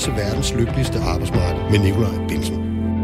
til verdens lykkeligste arbejdsmarked med Nikolaj Bensen.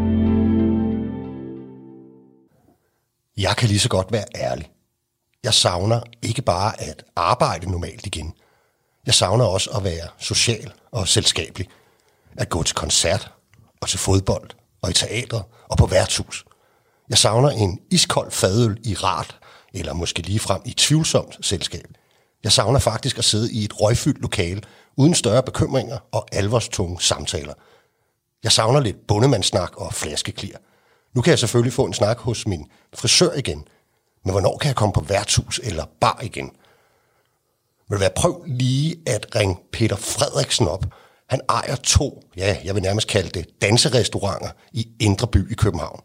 Jeg kan lige så godt være ærlig. Jeg savner ikke bare at arbejde normalt igen. Jeg savner også at være social og selskabelig. At gå til koncert og til fodbold og i teatret og på værtshus. Jeg savner en iskold fadøl i rart, eller måske ligefrem i tvivlsomt selskab. Jeg savner faktisk at sidde i et røgfyldt lokale, uden større bekymringer og alvorstunge samtaler. Jeg savner lidt bondemandssnak og flaskeklir. Nu kan jeg selvfølgelig få en snak hos min frisør igen, men hvornår kan jeg komme på værtshus eller bar igen? Prøv lige at ringe Peter Frederiksen op. Han ejer 2, jeg vil nærmest kalde det, danserestauranter i Indre By i København.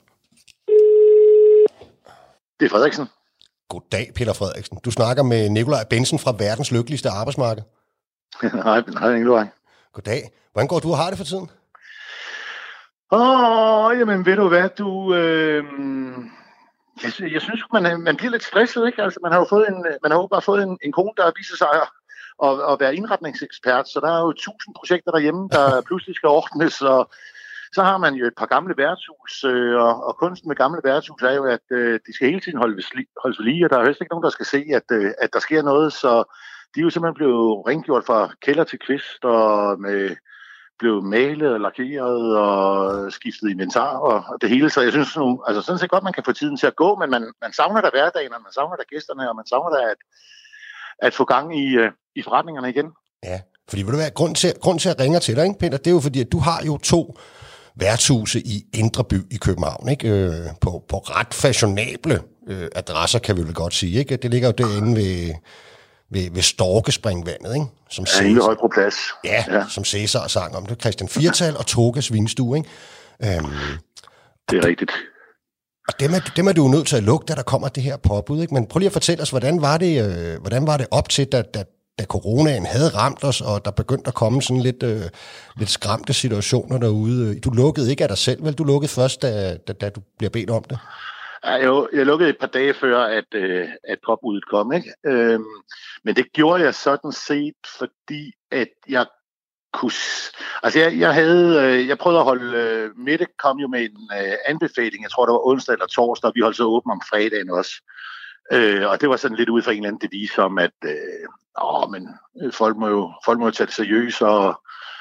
Det er Frederiksen. Goddag, Peter Frederiksen. Du snakker med Nikolaj Bensen fra verdens lykkeligste arbejdsmarked. Hej, Nikolaj. Goddag. Hvordan går du og har det for tiden? Jamen ved du hvad, jeg synes, man bliver lidt stresset, ikke? Altså, man har jo bare fået en kone, der viser sig at være indretningsekspert, så der er jo 1000 projekter derhjemme, der pludselig skal ordnes, og så har man jo et par gamle værtshus, og kunsten med gamle værtshus er jo, at de skal hele tiden holdes ved lige, og der er helst ikke nogen, der skal se, at der sker noget, så de er jo simpelthen blevet rengjort fra kælder til kvist, og blev malet og lakeret og skiftet inventar og det hele. Så jeg synes nu, altså sådan set godt, man kan få tiden til at gå, men man savner da hverdagen, og man savner da gæsterne, og man savner da at få gang i forretningerne igen. Ja, fordi vil du være grund til at jeg ringer til dig, ikke, Peter? Det er jo fordi, at du har jo 2 værtshuse i Indre By i København, ikke? På ret fashionable adresser, kan vi vel godt sige, ikke? Det ligger jo derinde ved Storkespringvandet, ikke? Som hele Højbroplads. Ja, som Cæsar sang om det. Christian Firtal og Togas vinstue, ikke? Det er rigtigt. Og dem er du jo nødt til at lukke, da der kommer det her påbud, ikke? Men prøv lige at fortælle os, hvordan var det op til, da coronaen havde ramt os, og der begyndte at komme sådan lidt skræmte situationer derude. Du lukkede ikke af dig selv, vel? Du lukkede først, da du bliver bedt om det. Jeg lukkede et par dage før, at påbuddet kom, ikke? Men det gjorde jeg sådan set, fordi at jeg kunne... Altså, jeg prøvede at holde... Mette kom jo med en anbefaling, jeg tror, det var onsdag eller torsdag, og vi holdt så åbent om fredagen også. Og det var sådan lidt ud fra en eller anden devise om, at men folk må jo tage det seriøst og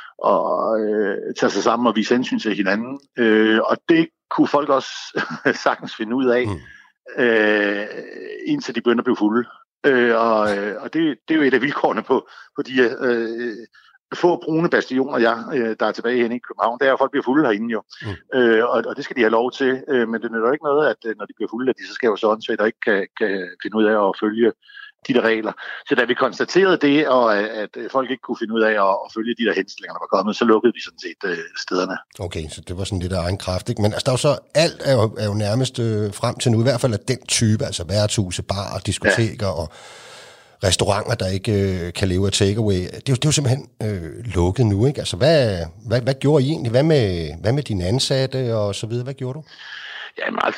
tage sig sammen og vise hensyn til hinanden. Og det kunne folk også sagtens finde ud af, indtil de begyndte at blive fulde. Og det er jo et af vilkårene på de få brune bastioner, der er tilbage henne i København. Det er, at folk bliver fulde herinde jo. Og det skal de have lov til. Men det nytter ikke noget, at når de bliver fulde, at de så skal jo sådan, så der ikke kan finde ud af at følge de der regler. Så da vi konstaterede det, og at folk ikke kunne finde ud af at følge de der henstillinger, der var kommet, så lukkede vi sådan set stederne. Okay, så det var sådan lidt af egen kraft, ikke? Men altså, der er jo så, alt er jo nærmest frem til nu, i hvert fald af den type, altså værtshuse, barer, diskoteker og restauranter, der ikke kan leve af takeaway. Det er jo simpelthen lukket nu, ikke? Altså, hvad gjorde I egentlig? Hvad med dine ansatte og så videre? Hvad gjorde du? Jamen altså,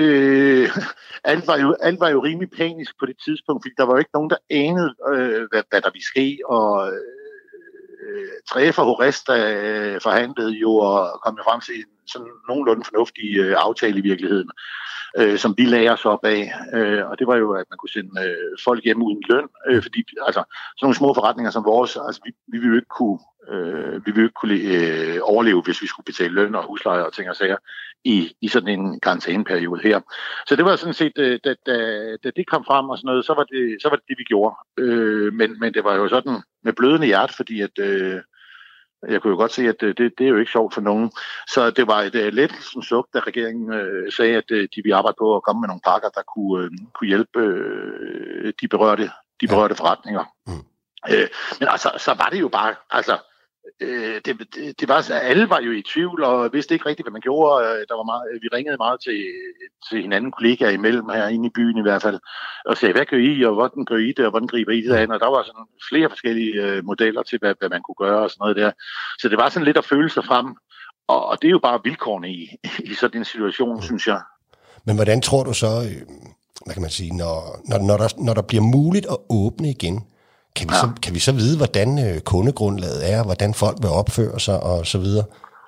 alt var jo rimelig panisk på det tidspunkt, fordi der var jo ikke nogen, der anede, hvad der ville ske, og Træf og Horesta forhandlede jo og kom jo frem til en sådan nogenlunde fornuftig aftale i virkeligheden, som vi lagde os op af, og det var jo, at man kunne sende folk hjem uden løn, fordi altså, sådan nogle små forretninger som vores, altså vi ville jo ikke kunne overleve, hvis vi skulle betale løn og husleje og ting og sager i sådan en karantæneperiode her. Så det var sådan set, da det kom frem og sådan noget, så var det det, vi gjorde. Men det var jo sådan med blødende hjerte, fordi at jeg kunne jo godt se, at det er jo ikke sjovt for nogen. Så det var et lettelsens suk, da regeringen sagde, at de ville arbejde på at komme med nogle pakker, der kunne hjælpe de berørte forretninger. Men altså, så var det jo bare, altså, det var, alle var jo i tvivl, og vidste ikke rigtigt, hvad man gjorde. Vi ringede meget til hinanden, kollegaer imellem, herinde i byen i hvert fald, og sagde, hvad gør I, og hvordan gør I det, og hvordan griber I det an? Og der var sådan flere forskellige modeller til, hvad man kunne gøre, og sådan noget der. Så det var sådan lidt at føle sig frem, og det er jo bare vilkårene i sådan en situation, synes jeg. Men hvordan tror du så, hvad kan man sige, når der bliver muligt at åbne igen, Kan vi så vide, hvordan kundegrundlaget er, hvordan folk vil opføre sig og så videre?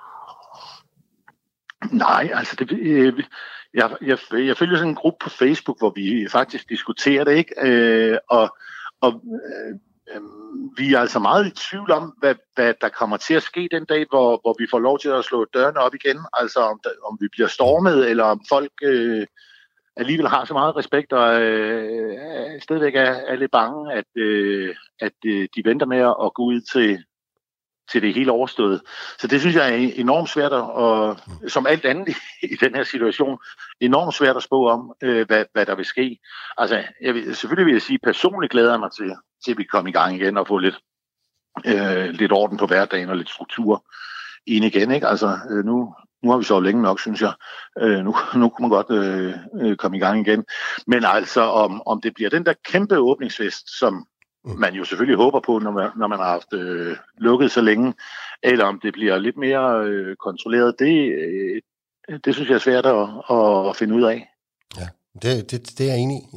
Nej, altså jeg følger sådan en gruppe på Facebook, hvor vi faktisk diskuterer det, ikke? Vi er altså meget i tvivl om, hvad der kommer til at ske den dag, hvor vi får lov til at slå dørene op igen. Altså om vi bliver stormet, eller om folk alligevel har så meget respekt og stadigvæk er lidt bange, at de venter med at gå ud til det hele overstået. Så det synes jeg er enormt svært, og som alt andet i den her situation, enormt svært at spå om, hvad der vil ske. Altså, selvfølgelig vil jeg sige, personligt glæder jeg mig til at vi kommer i gang igen og få lidt orden på hverdagen og lidt struktur ind igen, ikke? Altså, nu har vi så længe nok, synes jeg. Nu kunne man godt komme i gang igen. Men altså, om det bliver den der kæmpe åbningsfest, som man jo selvfølgelig håber på, når man har haft lukket så længe, eller om det bliver lidt mere kontrolleret, det synes jeg er svært at finde ud af. Ja, det er jeg enig i.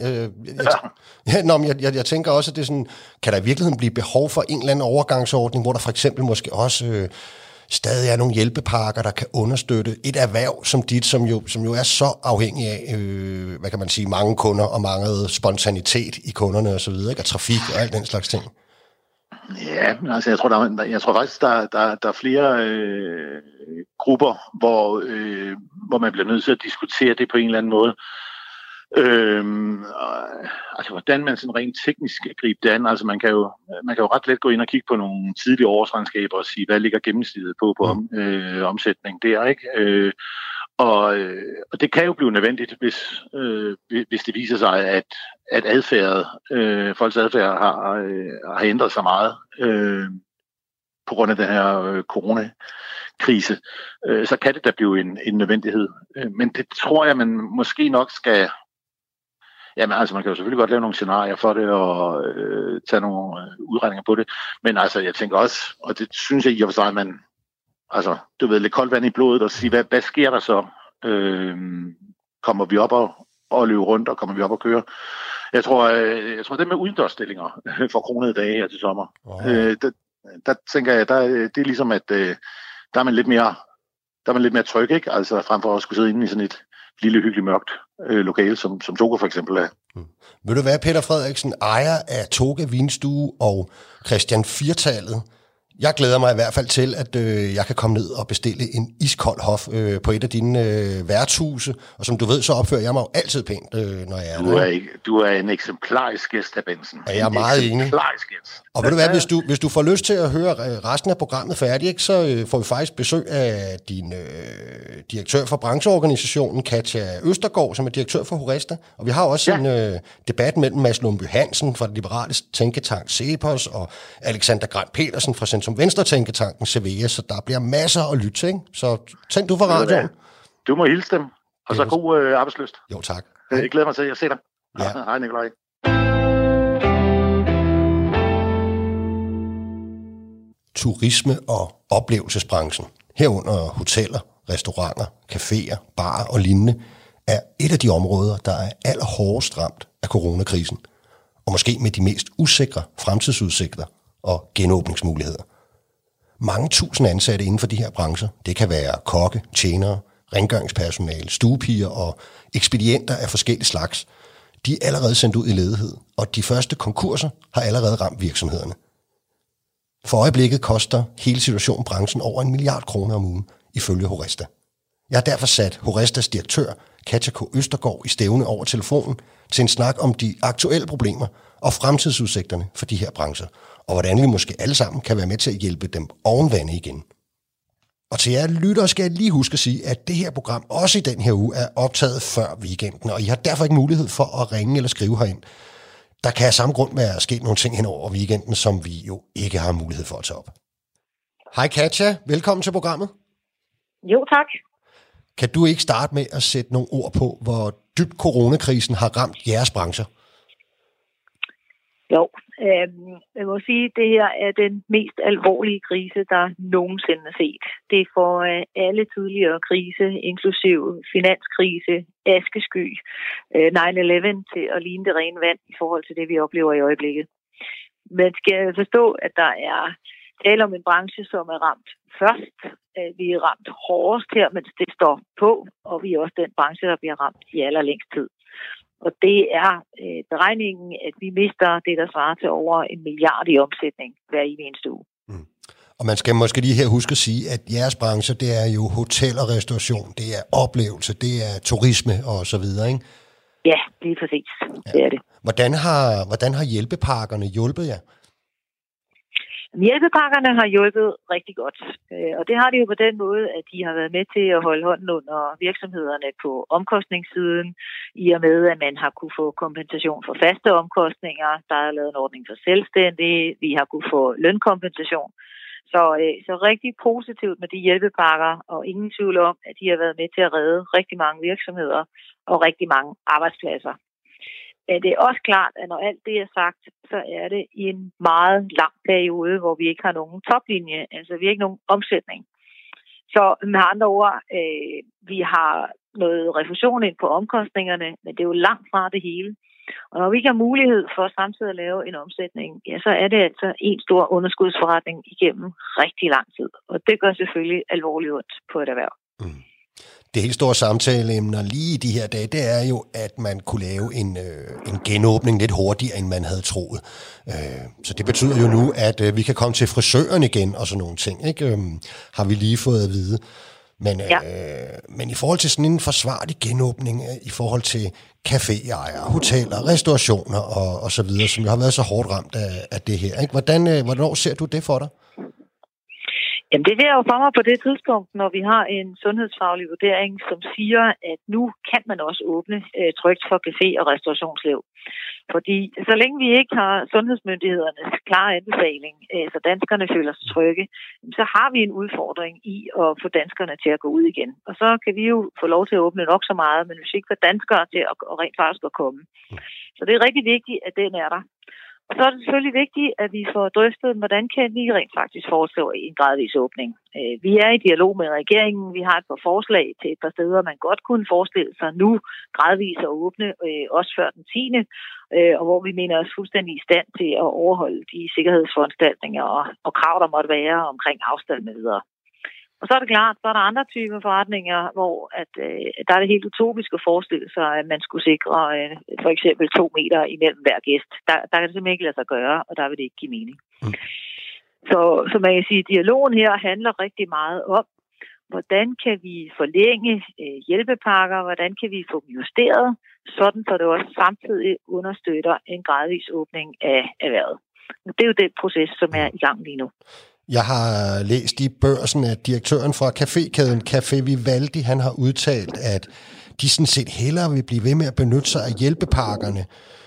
Jeg tænker også, at det er sådan, kan der i virkeligheden blive behov for en eller anden overgangsordning, hvor der for eksempel måske også stadig er nogle hjælpepakker, der kan understøtte et erhverv som dit, som jo er så afhængig af, hvad kan man sige, mange kunder og mange spontanitet i kunderne og så videre, ikke? Og trafik og alt den slags ting. Ja, altså jeg tror faktisk, der er flere grupper, hvor man bliver nødt til at diskutere det på en eller anden måde. Altså hvordan man sådan rent teknisk skal gribe det an. Altså man kan jo ret let gå ind og kigge på nogle tidlige årsregnskaber og sige, hvad ligger gennemsnittet på omsætning der, ikke? Og det kan jo blive nødvendigt, hvis det viser sig, at folks adfærd har ændret sig meget på grund af den her coronakrise. Så kan det da blive en nødvendighed. Men det tror jeg, man måske nok skal. Jamen altså, man kan jo selvfølgelig godt lave nogle scenarier for det og tage nogle udregninger på det. Men altså, jeg tænker også, og det synes jeg i og for sig, man, altså, du ved, lidt koldt vand i blodet og sige, hvad sker der så? Kommer vi op og løbe rundt, og kommer vi op og køre? Jeg tror det med udendørsstillinger for kronede dage her til sommer, der tænker jeg, det er ligesom, at der er man lidt mere tryg, ikke? Altså frem for at skulle sidde inde i sådan et lille hyggeligt mørkt lokale, som Toga for eksempel er. Vil du være Peter Frederiksen, ejer af Toga Vinstue og Christian 4-tallet? Jeg glæder mig i hvert fald til, at jeg kan komme ned og bestille en iskold hof på et af dine værtshuse. Og som du ved, så opfører jeg mig jo altid pænt, når jeg er der. Du er en eksemplarisk gæst af Benson. Ja, jeg er meget enig. Og ved du hvad, hvis du får lyst til at høre resten af programmet færdigt, ikke, så får vi faktisk besøg af din direktør for brancheorganisationen, Katja Østergaard, som er direktør for Horesta. Og vi har også en debat mellem Mads Lundby Hansen fra det liberale tænketank Cepos og Alexander Grant Petersen fra Centrum Venstre tænketanken Sevilla, så der bliver masser at lytte til, ikke? Så tænk du for radioen. Du må hilse dem, og så god arbejdslyst. Jo, tak. Jeg glæder mig til at se dig. Ja. Hej, Nikolaj. Turisme- og oplevelsesbranchen, herunder hoteller, restauranter, caféer, barer og lignende, er et af de områder, der er allerhårdest ramt af coronakrisen, og måske med de mest usikre fremtidsudsigter og genåbningsmuligheder. Mange tusind ansatte inden for de her brancher, det kan være kokke, tjenere, rengøringspersonale, stuepiger og ekspedienter af forskellige slags, de er allerede sendt ud i ledighed, og de første konkurser har allerede ramt virksomhederne. For øjeblikket koster hele situationen branchen over 1 milliard kroner om ugen, ifølge Horesta. Jeg har derfor sat Horestas direktør, Katja K. Østergaard, i stævne over telefonen til en snak om de aktuelle problemer og fremtidsudsigterne for de her brancher, og hvordan vi måske alle sammen kan være med til at hjælpe dem ovenvande igen. Og til jer lyttere skal jeg lige huske at sige, at det her program også i den her uge er optaget før weekenden, og I har derfor ikke mulighed for at ringe eller skrive herind. Der kan af samme grund være sket nogle ting hen over weekenden, som vi jo ikke har mulighed for at tage op. Hej Katja, velkommen til programmet. Jo, tak. Kan du ikke starte med at sætte nogle ord på, hvor dybt coronakrisen har ramt jeres brancher? Jo, jeg må sige, at det her er den mest alvorlige krise, der nogensinde er set. Det får alle tidligere krise, inklusiv finanskrise, askesky, 9/11 til at ligne det rene vand i forhold til det, vi oplever i øjeblikket. man skal forstå, at der er tale om en branche, som er ramt først. Vi er ramt hårdest her, mens det står på, og vi er også den branche, der bliver ramt i allerlængst tid. Og det er beregningen, at vi mister det, der svarer til over 1 milliard i omsætning hver eneste uge. Mm. Og man skal måske lige her huske at sige, at jeres branche, det er jo hotel og restauration, det er oplevelse, det er turisme og så videre, ikke? Ja, lige præcis. Ja. Det er det. Hvordan har hjælpepakkerne hjulpet jer? Hjælpepakkerne har hjulpet rigtig godt, og det har de jo på den måde, at de har været med til at holde hånden under virksomhederne på omkostningssiden, i og med, at man har kunne få kompensation for faste omkostninger. Der er lavet en ordning for selvstændige, vi har kunne få lønkompensation. Så rigtig positivt med de hjælpepakker, og ingen tvivl om, at de har været med til at redde rigtig mange virksomheder og rigtig mange arbejdspladser. Men det er også klart, at når alt det er sagt, så er det i en meget lang periode, hvor vi ikke har nogen toplinje, altså vi har ikke nogen omsætning. Så med andre ord, vi har noget refusion ind på omkostningerne, men det er jo langt fra det hele. Og når vi ikke har mulighed for samtidig at lave en omsætning, ja, så er det altså en stor underskudsforretning igennem rigtig lang tid. Og det gør selvfølgelig alvorligt ondt på et erhverv. Mm. Det helt store samtaleemner lige i de her dage, det er jo, at man kunne lave en genåbning lidt hurtigere, end man havde troet. Så det betyder jo nu, at vi kan komme til frisøren igen og sådan nogle ting, ikke? Har vi lige fået at vide. Men i forhold til sådan en forsvarlig genåbning, i forhold til caféejere, hoteller, restaurationer og så videre, som jo har været så hårdt ramt af det her, ikke? Hvornår ser du det for dig? Jamen det er jo for mig på det tidspunkt, når vi har en sundhedsfaglig vurdering, som siger, at nu kan man også åbne trygt for café- og restaurationsliv. Fordi så længe vi ikke har sundhedsmyndighedernes klare anbefaling, så danskerne føler sig trygge, så har vi en udfordring i at få danskerne til at gå ud igen. Og så kan vi jo få lov til at åbne nok så meget, men hvis vi ikke får danskere til at rent faktisk at komme. Så det er rigtig vigtigt, at den er der. Og så er det selvfølgelig vigtigt, at vi får drøftet, hvordan kan vi rent faktisk foreslå en gradvis åbning. Vi er i dialog med regeringen. Vi har et par forslag til et par steder, man godt kunne forestille sig nu gradvis at åbne, også før den 10. Og hvor vi mener os fuldstændig i stand til at overholde de sikkerhedsforanstaltninger og krav, der måtte være omkring afstand med videre. Og så er det klart, så er der andre typer forretninger, hvor der er det helt utopisk at forestille sig, at man skulle sikre for eksempel 2 meter imellem hver gæst. Der kan det simpelthen ikke lade sig gøre, og der vil det ikke give mening. Mm. Så man kan sige, at dialogen her handler rigtig meget om, hvordan kan vi forlænge hjælpepakker, hvordan kan vi få dem justeret, sådan så det også samtidig understøtter en gradvis åbning af erhvervet. Det er jo den proces, som er i gang lige nu. Jeg har læst i Børsen, at direktøren fra cafékæden Café Vivaldi, han har udtalt, at de sådan set hellere vil blive ved med at benytte sig af hjælpepakkerne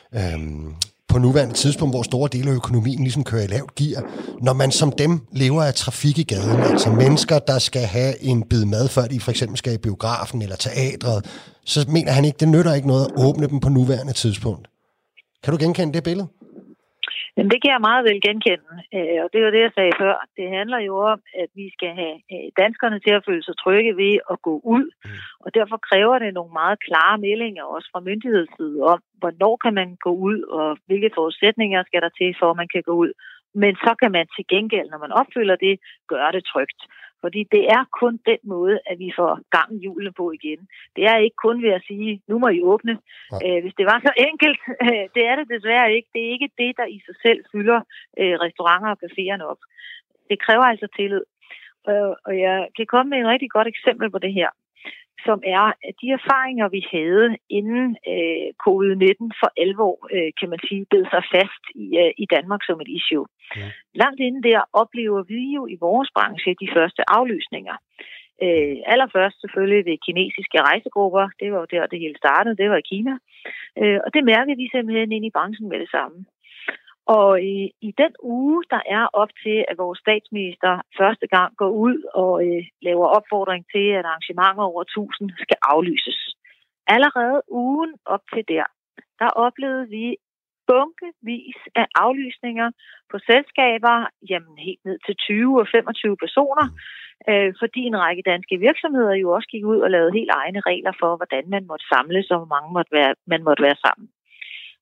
på nuværende tidspunkt, hvor store dele af økonomien ligesom kører i lavt gear, når man som dem lever af trafik i gaden, altså mennesker, der skal have en bid mad, før de for eksempel skal i biografen eller teatret, så mener han ikke, det nytter ikke noget at åbne dem på nuværende tidspunkt. Kan du genkende det billede? Men det kan jeg meget vel genkende, og det var det, jeg sagde før. Det handler jo om, at vi skal have danskerne til at føle sig trygge ved at gå ud, og derfor kræver det nogle meget klare meldinger også fra myndighedssiden om, hvornår kan man gå ud, og hvilke forudsætninger skal der til, for at man kan gå ud. Men så kan man til gengæld, når man opfylder det, gøre det trygt. Fordi det er kun den måde, at vi får gang i hjulene på igen. Det er ikke kun ved at sige, nu må I åbne. Hvis det var så enkelt, det er det desværre ikke. Det er ikke det, der i sig selv fylder restauranter og caféerne op. Det kræver altså tillid. Og jeg kan komme med et rigtig godt eksempel på det her, som er, at de erfaringer, vi havde inden covid-19 for alvor, kan man sige, bed sig fast i Danmark som et issue. Ja. Langt inden der oplever vi jo i vores branche de første aflysninger. Allerførst selvfølgelig ved kinesiske rejsegrupper. Det var jo der, det hele startede. Det var i Kina. Og det mærkede vi simpelthen ind i branchen med det samme. Og i den uge, der er op til, at vores statsminister første gang går ud og laver opfordring til, at arrangementer over 1000 skal aflyses. Allerede ugen op til der oplevede vi bunkevis af aflysninger på selskaber, jamen helt ned til 20 og 25 personer, fordi en række danske virksomheder jo også gik ud og lavede helt egne regler for, hvordan man måtte samles og hvor mange man måtte være sammen.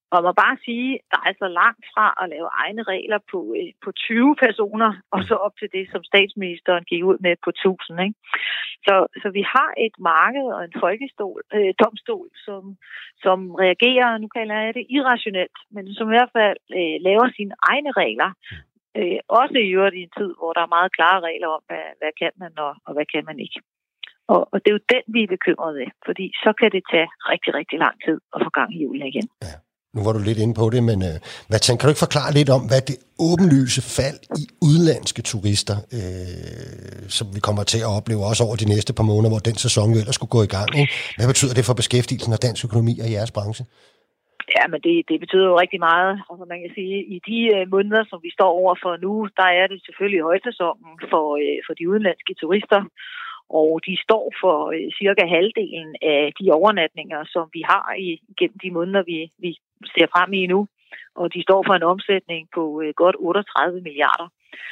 Og man bare sige, der er så langt fra at lave egne regler på 20 personer, og så op til det, som statsministeren gik ud med på 1000. Ikke? Så vi har et marked og en domstol, som reagerer, nu kalder jeg det irrationelt, men som i hvert fald laver sine egne regler. Også i øvrigt i en tid, hvor der er meget klare regler om, hvad kan man og hvad kan man ikke. Og det er jo den, vi er bekymret ved, fordi så kan det tage rigtig, rigtig lang tid at få gang i julen igen. Ja. Nu var du lidt inde på det, men kan du ikke forklare lidt om, hvad det åbenlyse fald i udenlandske turister, som vi kommer til at opleve også over de næste par måneder, hvor den sæson jo ellers skulle gå i gang, ikke? Hvad betyder det for beskæftigelsen og dansk økonomi og jeres branche? Ja, men det betyder jo rigtig meget. Altså man kan sige, i de måneder, som vi står over for nu, der er det selvfølgelig højsæsonen for de udenlandske turister. Og de står for cirka halvdelen af de overnatninger, som vi har gennem de måneder, vi ser frem i nu. Og de står for en omsætning på godt 38 milliarder.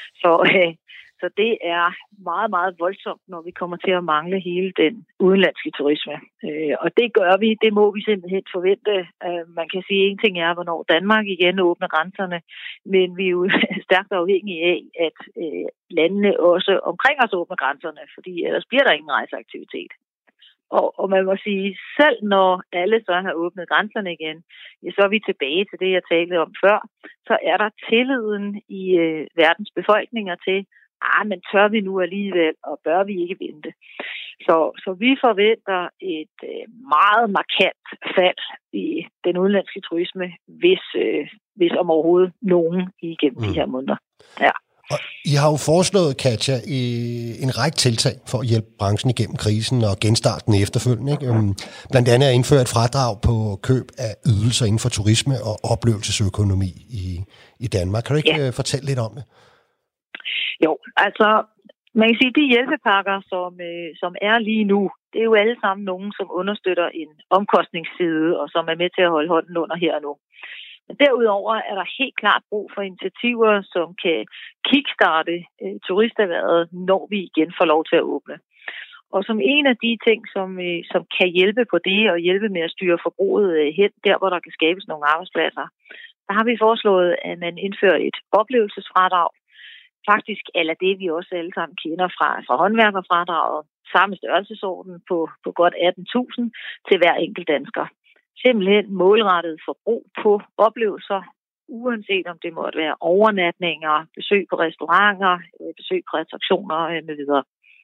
Så det er meget, meget voldsomt, når vi kommer til at mangle hele den udenlandske turisme. Og det gør vi, det må vi simpelthen forvente. Man kan sige, at en ting er, hvornår Danmark igen åbner grænserne, men vi er jo stærkt afhængige af, at landene også omkring os åbner grænserne, fordi ellers bliver der ingen rejseaktivitet. Og man må sige, selv når alle så har åbnet grænserne igen, ja, så er vi tilbage til det, jeg talte om før, så er der tilliden i verdens befolkninger til, men tør vi nu alligevel, og bør vi ikke vente? Så vi forventer et meget markant fald i den udenlandske turisme, hvis om overhovedet nogen igennem de her måneder. Ja. Og I har jo foreslået, Katja, en række tiltag for at hjælpe branchen igennem krisen og genstarte den efterfølgende. Ikke? Blandt andet at indføre et fradrag på køb af ydelser inden for turisme og oplevelsesøkonomi i Danmark. Kan du ikke fortælle lidt om det? Jo, altså man kan sige, de hjælpepakker, som er lige nu, det er jo alle sammen nogen, som understøtter en omkostningsside og som er med til at holde hånden under her og nu. Men derudover er der helt klart brug for initiativer, som kan kickstarte turisterhvervet, når vi igen får lov til at åbne. Og som en af de ting, som kan hjælpe på det og hjælpe med at styre forbruget hen, der hvor der kan skabes nogle arbejdspladser, der har vi foreslået, at man indfører et oplevelsesfradrag. Faktisk eller det, vi også alle sammen kender fra håndværkerfradraget, samme størrelsesorden på godt 18.000 til hver enkelt dansker. Simpelthen målrettet forbrug på oplevelser, uanset om det måtte være overnatninger, besøg på restauranter, besøg på attraktioner med videre.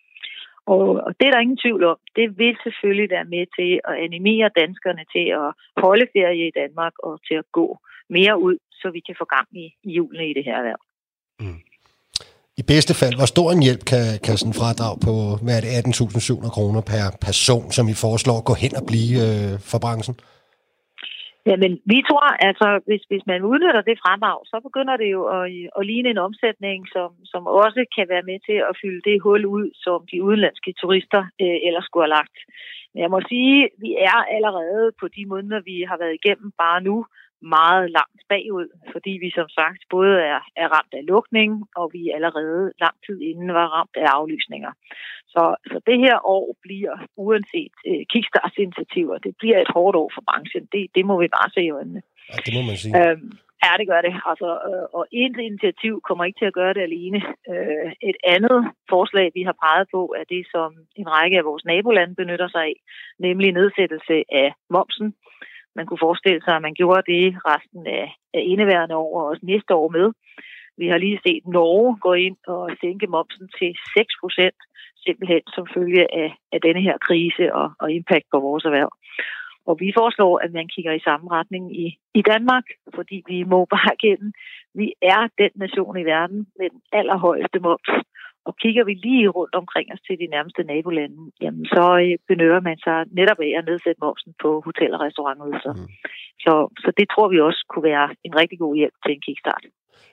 Og det er der ingen tvivl om. Det vil selvfølgelig være med til at animere danskerne til at holde ferie i Danmark og til at gå mere ud, så vi kan få gang i julene i det her erhverv. Mm. I bedste fald, hvor stor en hjælp kan sådan fradrag på 18.700 kroner per person, som I foreslår, gå hen og blive for branchen? Jamen, vi tror, altså, hvis man udnytter det fradrag, så begynder det jo at ligne en omsætning, som også kan være med til at fylde det hul ud, som de udenlandske turister ellers skulle have lagt. Men jeg må sige, vi er allerede på de måneder, vi har været igennem bare nu, meget langt bagud, fordi vi som sagt både er ramt af lukning, og vi allerede lang tid inden var ramt af aflysninger. Så det her år bliver, uanset kickstartsinitiativer, det bliver et hårdt år for branchen. Det må vi bare se i øjnene. Ja, det må man sige. Ja, det gør det. Altså, og et initiativ kommer ikke til at gøre det alene. Et andet forslag, vi har peget på, er det, som en række af vores nabolande benytter sig af, nemlig nedsættelse af momsen. Man kunne forestille sig, at man gjorde det resten af indeværende år og også næste år med. Vi har lige set Norge gå ind og sænke momsen til 6%, simpelthen som følge af denne her krise og impact på vores erhverv. Og vi foreslår, at man kigger i samme retning i Danmark, fordi vi må bare erkende, vi er den nation i verden med den allerhøjeste moms. Og kigger vi lige rundt omkring os til de nærmeste nabolande, jamen så benytter man sig netop af at nedsætte momsen på hotel- og restaurantydelser. Så det tror vi også kunne være en rigtig god hjælp til en kickstart.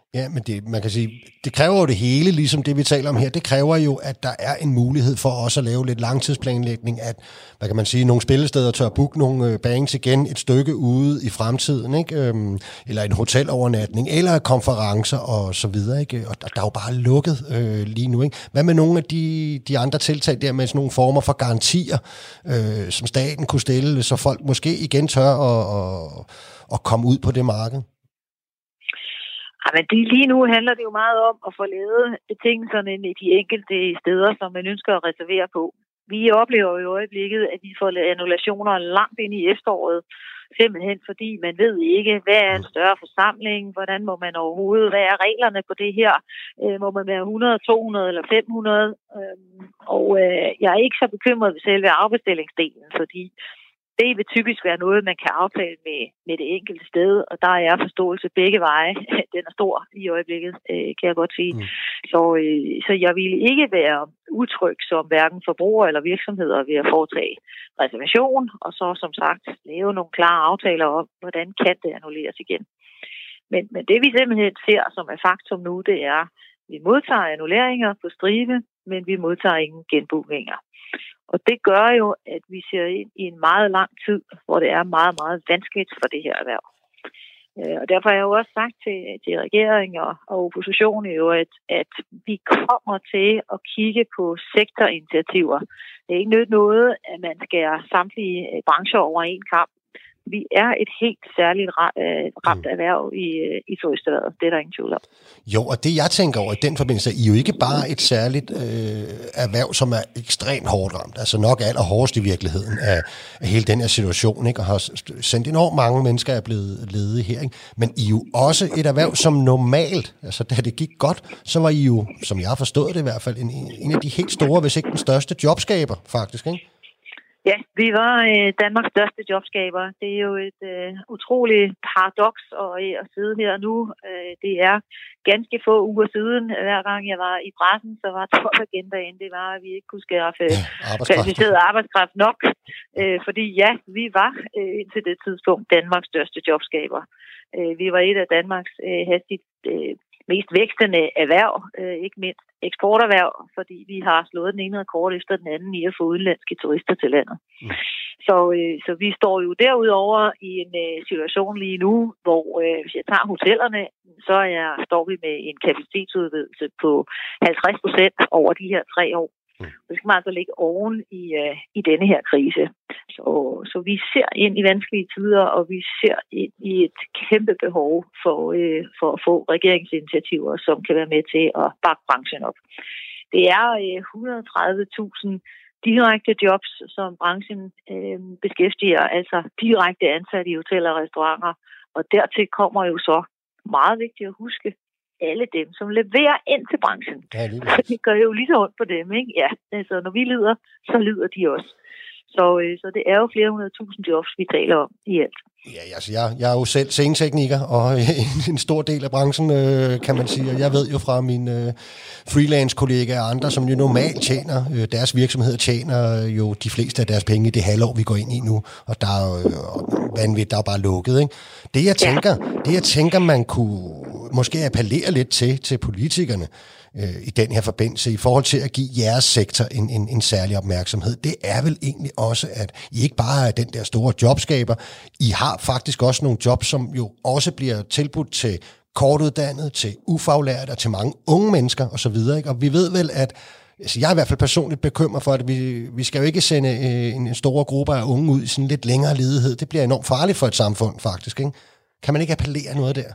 Ja, men man kan sige, det kræver jo det hele, ligesom det vi taler om her. Det kræver jo, at der er en mulighed for også at lave lidt langtidsplanlægning, at, hvad kan man sige, nogle spillesteder tør booke nogle bands igen et stykke ude i fremtiden, ikke? Eller en hotelovernatning, eller konferencer og så videre, ikke? Og der er jo bare lukket lige nu, ikke? Hvad med nogle af de andre tiltag der med sådan nogle former for garantier, som staten kunne stille, så folk måske igen tør at komme ud på det marked? Ja, men lige nu handler det jo meget om at få lavet betingelserne i de enkelte steder, som man ønsker at reservere på. Vi oplever jo i øjeblikket, at vi får annullationer langt ind i efteråret, simpelthen fordi man ved ikke, hvad er en større forsamling, hvordan må man overhovedet, hvad er reglerne på det her, må man være 100, 200 eller 500, jeg er ikke så bekymret ved selve afbestillingsdelen, fordi det vil typisk være noget, man kan aftale med det enkelte sted, og der er forståelse begge veje. Den er stor i øjeblikket, kan jeg godt sige. Så jeg vil ikke være utryg som hverken forbruger eller virksomheder ved at foretage reservation, og så som sagt lave nogle klare aftaler om, hvordan kan det annulleres igen. Men det vi simpelthen ser som er faktum nu, det er, at vi modtager annulleringer på stribe, men vi modtager ingen genbookinger. Og det gør jo, at vi ser ind i en meget lang tid, hvor det er meget, meget vanskeligt for det her erhverv. Og derfor har jeg jo også sagt til regeringen og oppositionen jo, at vi kommer til at kigge på sektorinitiativer. Det er ikke nødt noget, at man skærer samtlige brancher over en kamp. Vi er et helt særligt ramt erhverv i turisterhvervet. Det er der ingen tvivl om. Jo, og det jeg tænker over i den forbindelse, I er jo ikke bare et særligt erhverv, som er ekstremt hårdt ramt. Altså nok allerhårdest i virkeligheden af hele den her situation, ikke? Og har sendt enormt mange mennesker er blevet ledige her, ikke? Men I er jo også et erhverv, som normalt, altså da det gik godt, så var I jo, som jeg har forstået det i hvert fald, en af de helt store, hvis ikke den største jobskaber, faktisk, ikke? Ja, vi var Danmarks største jobskaber. Det er jo et utroligt paradoks at sidde her nu. Det er ganske få uger siden, hver gang jeg var i pressen, så var topagendaen, det var, at vi ikke kunne skaffe kvalificeret arbejdskraft nok. Fordi ja, vi var indtil det tidspunkt Danmarks største jobskaber. Vi var et af Danmarks hastigt mest vækstende erhverv, ikke mindst eksporterhverv, fordi vi har slået den ene rekord efter den anden i at få udenlandske turister til landet. Så vi står jo derudover i en situation lige nu, hvor hvis jeg tager hotellerne, så står vi med en kapacitetsudvidelse på 50% over de her 3 år. Det skal man altså lægge oven i denne her krise. Så vi ser ind i vanskelige tider, og vi ser ind i et kæmpe behov for at få regeringsinitiativer, som kan være med til at bakke branchen op. Det er 130.000 direkte jobs, som branchen beskæftiger, altså direkte ansatte i hoteller og restauranter. Og dertil kommer jo så meget vigtigt at huske, alle dem, som leverer ind til branchen. Ja, det gør jo lige så ondt på dem, ikke? Ja, altså når vi lider, så lider de også. Så det er jo flere 100.000 jobs, vi taler om i alt. Ja, altså jeg er jo selv scenetekniker, og en stor del af branchen, kan man sige. Og jeg ved jo fra mine freelance-kollegaer og andre, som jo normalt tjener, deres virksomheder tjener jo de fleste af deres penge i det halvår, vi går ind i nu. Og der er jo vanvittigt, der er bare lukket, ikke? Det jeg tænker, man kunne måske appellere lidt til politikerne, i den her forbindelse, i forhold til at give jeres sektor en særlig opmærksomhed, det er vel egentlig også, at I ikke bare er den der store jobskaber, I har faktisk også nogle jobs, som jo også bliver tilbudt til kortuddannede, til ufaglærte og til mange unge mennesker osv., ikke? Og vi ved vel, at altså jeg er i hvert fald personligt bekymret for, at vi skal jo ikke sende en store gruppe af unge ud i sådan lidt længere ledighed. Det bliver enormt farligt for et samfund, faktisk, ikke? Kan man ikke appellere noget der?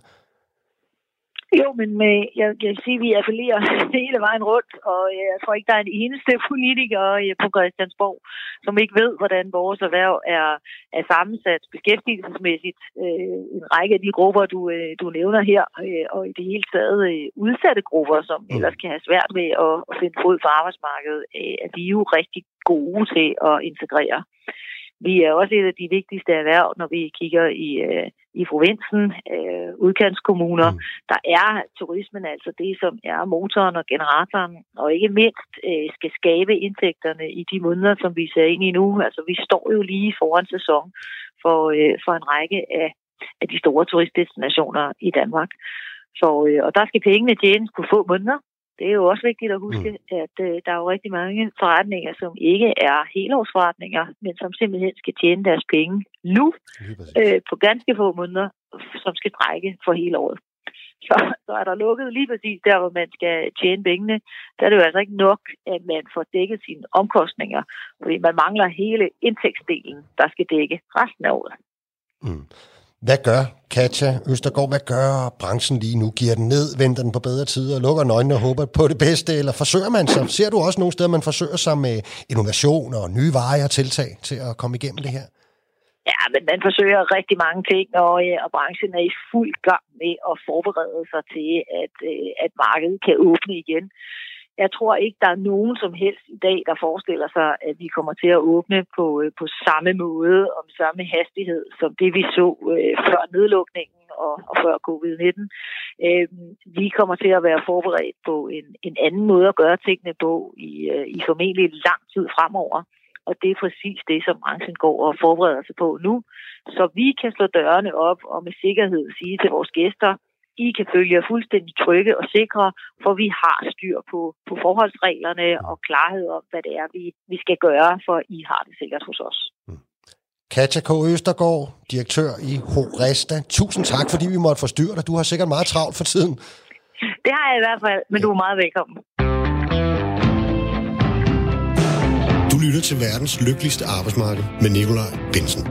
Jo, men jeg kan sige, at vi appellerer hele vejen rundt, og jeg tror ikke, der er en eneste politiker på Christiansborg, som ikke ved, hvordan vores erhverv er sammensat beskæftigelsesmæssigt. En række af de grupper, du nævner her, og i det hele taget udsatte grupper, som ellers kan have svært med at finde fod for arbejdsmarkedet, at de er jo rigtig gode til at integrere. Vi er også et af de vigtigste erhverv, når vi kigger i provinsen, udkantskommuner. Der er turismen altså det, som er motoren og generatoren, og ikke mindst skal skabe indtægterne i de måneder, som vi ser ind i nu. Altså vi står jo lige foran sæson for en række af de store turistdestinationer i Danmark. Så, og der skal pengene tjenes på få måneder. Det er jo også vigtigt at huske, at der er jo rigtig mange forretninger, som ikke er helårsforretninger, men som simpelthen skal tjene deres penge nu på ganske få måneder, som skal trække for hele året. Så er der lukket lige præcis der, hvor man skal tjene pengene. Der er det jo altså ikke nok, at man får dækket sine omkostninger, fordi man mangler hele indtægtsdelen, der skal dække resten af året. Mm. Hvad gør Katja Østergaard? Hvad gør branchen lige nu? Giver den ned, venter den på bedre tider, lukker øjnene og håber på det bedste, eller forsøger man sig? Ser du også nogle steder, man forsøger sig med innovation og nye veje og tiltag til at komme igennem det her? Ja, men man forsøger rigtig mange ting, og branchen er i fuld gang med at forberede sig til, at markedet kan åbne igen. Jeg tror ikke, der er nogen som helst i dag, der forestiller sig, at vi kommer til at åbne på samme måde og med samme hastighed, som det vi så før nedlukningen og før covid-19. Vi kommer til at være forberedt på en anden måde at gøre tingene på i formentlig lang tid fremover. Og det er præcis det, som branchen går og forbereder sig på nu. Så vi kan slå dørene op og med sikkerhed sige til vores gæster, I kan følge jer fuldstændig trygge og sikre, for vi har styr på forholdsreglerne og klarhed om, hvad det er, vi skal gøre, for I har det sikkert hos os. Katja K. Østergaard, direktør i Horesta. Tusind tak, fordi vi måtte forstyrre dig. Du har sikkert meget travlt for tiden. Det har jeg i hvert fald, men du er meget velkommen. Du lytter til verdens lykkeligste arbejdsmarked med Nikolaj Bentzen.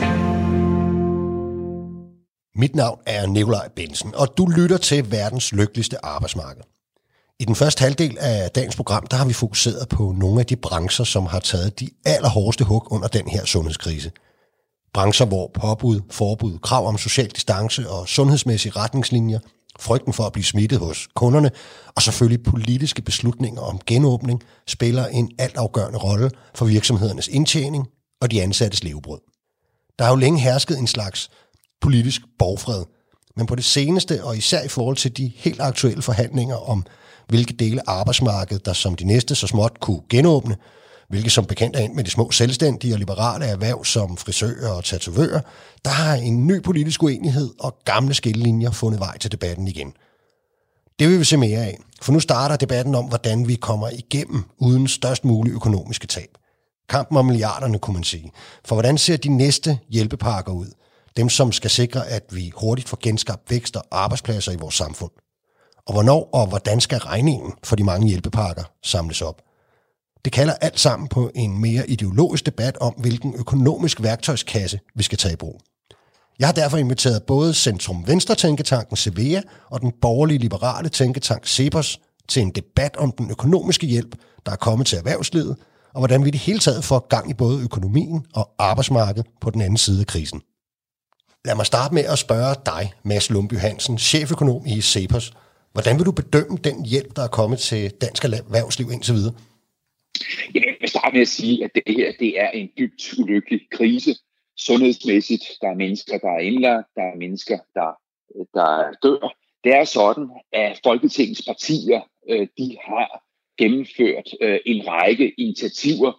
Mit navn er Nikolaj Bentzen, og du lytter til verdens lykkeligste arbejdsmarked. I den første halvdel af dagens program, der har vi fokuseret på nogle af de brancher, som har taget de allerhårdeste hug under den her sundhedskrise. Brancher, hvor påbud, forbud, krav om social distance og sundhedsmæssige retningslinjer, frygten for at blive smittet hos kunderne, og selvfølgelig politiske beslutninger om genåbning, spiller en altafgørende rolle for virksomhedernes indtjening og de ansattes levebrød. Der har jo længe hersket en slags politisk borgfred, men på det seneste, og især i forhold til de helt aktuelle forhandlinger om, hvilke dele af arbejdsmarkedet, der som de næste så småt kunne genåbne, hvilket som bekendt er ind med de små selvstændige og liberale erhverv som frisører og tatovører, der har en ny politisk uenighed og gamle skillelinjer fundet vej til debatten igen. Det vil vi se mere af, for nu starter debatten om, hvordan vi kommer igennem uden størst mulig økonomiske tab. Kampen om milliarderne, kunne man sige. For hvordan ser de næste hjælpepakker ud? Dem, som skal sikre, at vi hurtigt får genskabt vækst og arbejdspladser i vores samfund. Og hvornår og hvordan skal regningen for de mange hjælpepakker samles op? Det kalder alt sammen på en mere ideologisk debat om, hvilken økonomisk værktøjskasse vi skal tage i brug. Jeg har derfor inviteret både Centrum-Venstre-tænketanken Cevea og den borgerlige liberale tænketank Cepos til en debat om den økonomiske hjælp, der er kommet til erhvervslivet, og hvordan vi i det hele taget får gang i både økonomien og arbejdsmarkedet på den anden side af krisen. Lad mig starte med at spørge dig, Mads Lundby Hansen, cheføkonom i Cepos. Hvordan vil du bedømme den hjælp, der er kommet til dansk erhvervsliv indtil videre? Jeg vil starte med at sige, at det her det er en dybt ulykkelig krise. Sundhedsmæssigt, der er mennesker, der er indlagt, der er mennesker, der dør. Det er sådan, at Folketingets partier de har gennemført en række initiativer,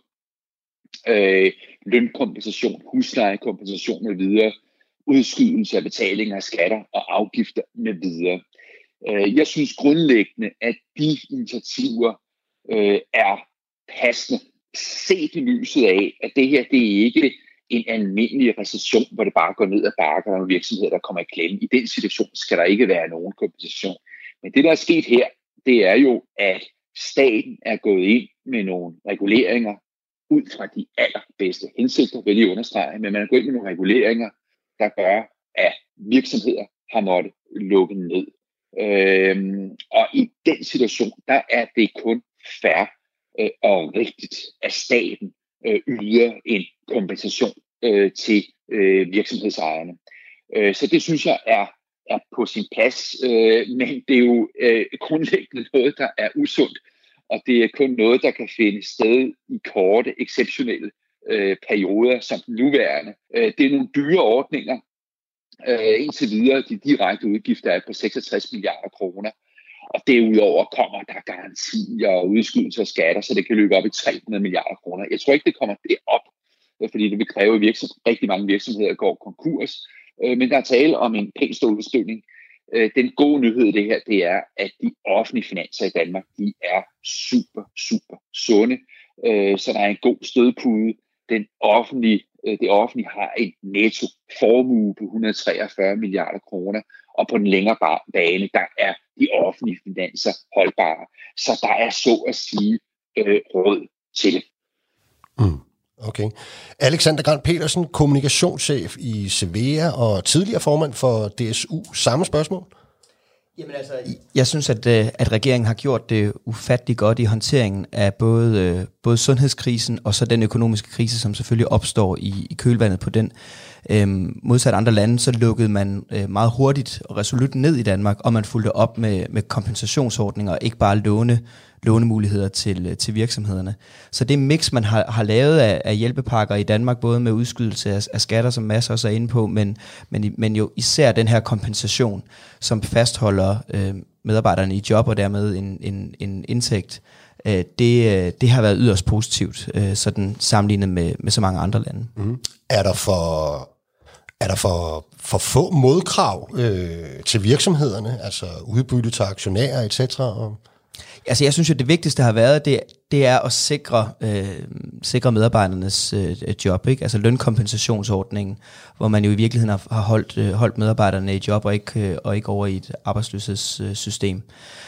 lønkompensation, huslejekompensation med videre, udskydelse af betaling af skatter og afgifter med videre. Jeg synes grundlæggende, at de initiativer er passende, set i lyset af, at det her det er ikke en almindelig recession, hvor det bare går ned ad bakker, og virksomheder, der kommer i klemme. I den situation skal der ikke være nogen kompensation. Men det, der er sket her, det er jo, at staten er gået ind med nogle reguleringer ud fra de allerbedste hensigter, vil jeg understrege, men man er gået ind med nogle reguleringer, der gør, at virksomheder har måttet lukke ned. Og i den situation, der er det kun fair og rigtigt, at staten yder en kompensation til virksomhedsejerne. Så det synes jeg er på sin plads, men det er jo grundlæggende noget, der er usundt, og det er kun noget, der kan finde sted i korte, exceptionelle perioder som den nuværende. Det er nogle dyre ordninger. Indtil videre, de direkte udgifter er på 66 milliarder kroner. Og derudover kommer der garantier og udskydelse af skatter, så det kan løbe op i 300 milliarder kroner. Jeg tror ikke, det kommer derop, fordi det vil kræve, at rigtig mange virksomheder går konkurs. Men der er tale om en pæn stor udskrivning. Den gode nyhed i det her, det er, at de offentlige finanser i Danmark, de er super, super sunde. Så der er en god stødpude. Det offentlige har en netto formue på 143 milliarder kroner, og på den længere bane, der er de offentlige finanser holdbare. Så der er så at sige råd til det. Okay. Alexander Grandt Petersen, kommunikationschef i Cevea og tidligere formand for DSU. Samme spørgsmål? Jamen altså, jeg synes, at regeringen har gjort det ufattelig godt i håndteringen af både sundhedskrisen og så den økonomiske krise, som selvfølgelig opstår i kølvandet på den. Modsat andre lande, så lukkede man meget hurtigt og resolut ned i Danmark, og man fulgte op med kompensationsordninger, ikke bare lånemuligheder til virksomhederne. Så det mix, man har lavet af hjælpepakker i Danmark, både med udskydelse af skatter, som masser også er inde på, men jo især den her kompensation, som fastholder medarbejderne i job og dermed en indtægt, det har været yderst positivt, sådan sammenlignet med så mange andre lande. Er der for få modkrav til virksomhederne, altså udbytte til aktionærer, etc.? Altså jeg synes jo, det vigtigste har været, det er at sikre medarbejdernes job, ikke? Altså lønkompensationsordningen, hvor man jo i virkeligheden har holdt medarbejderne i job og ikke over i et arbejdsløshedssystem.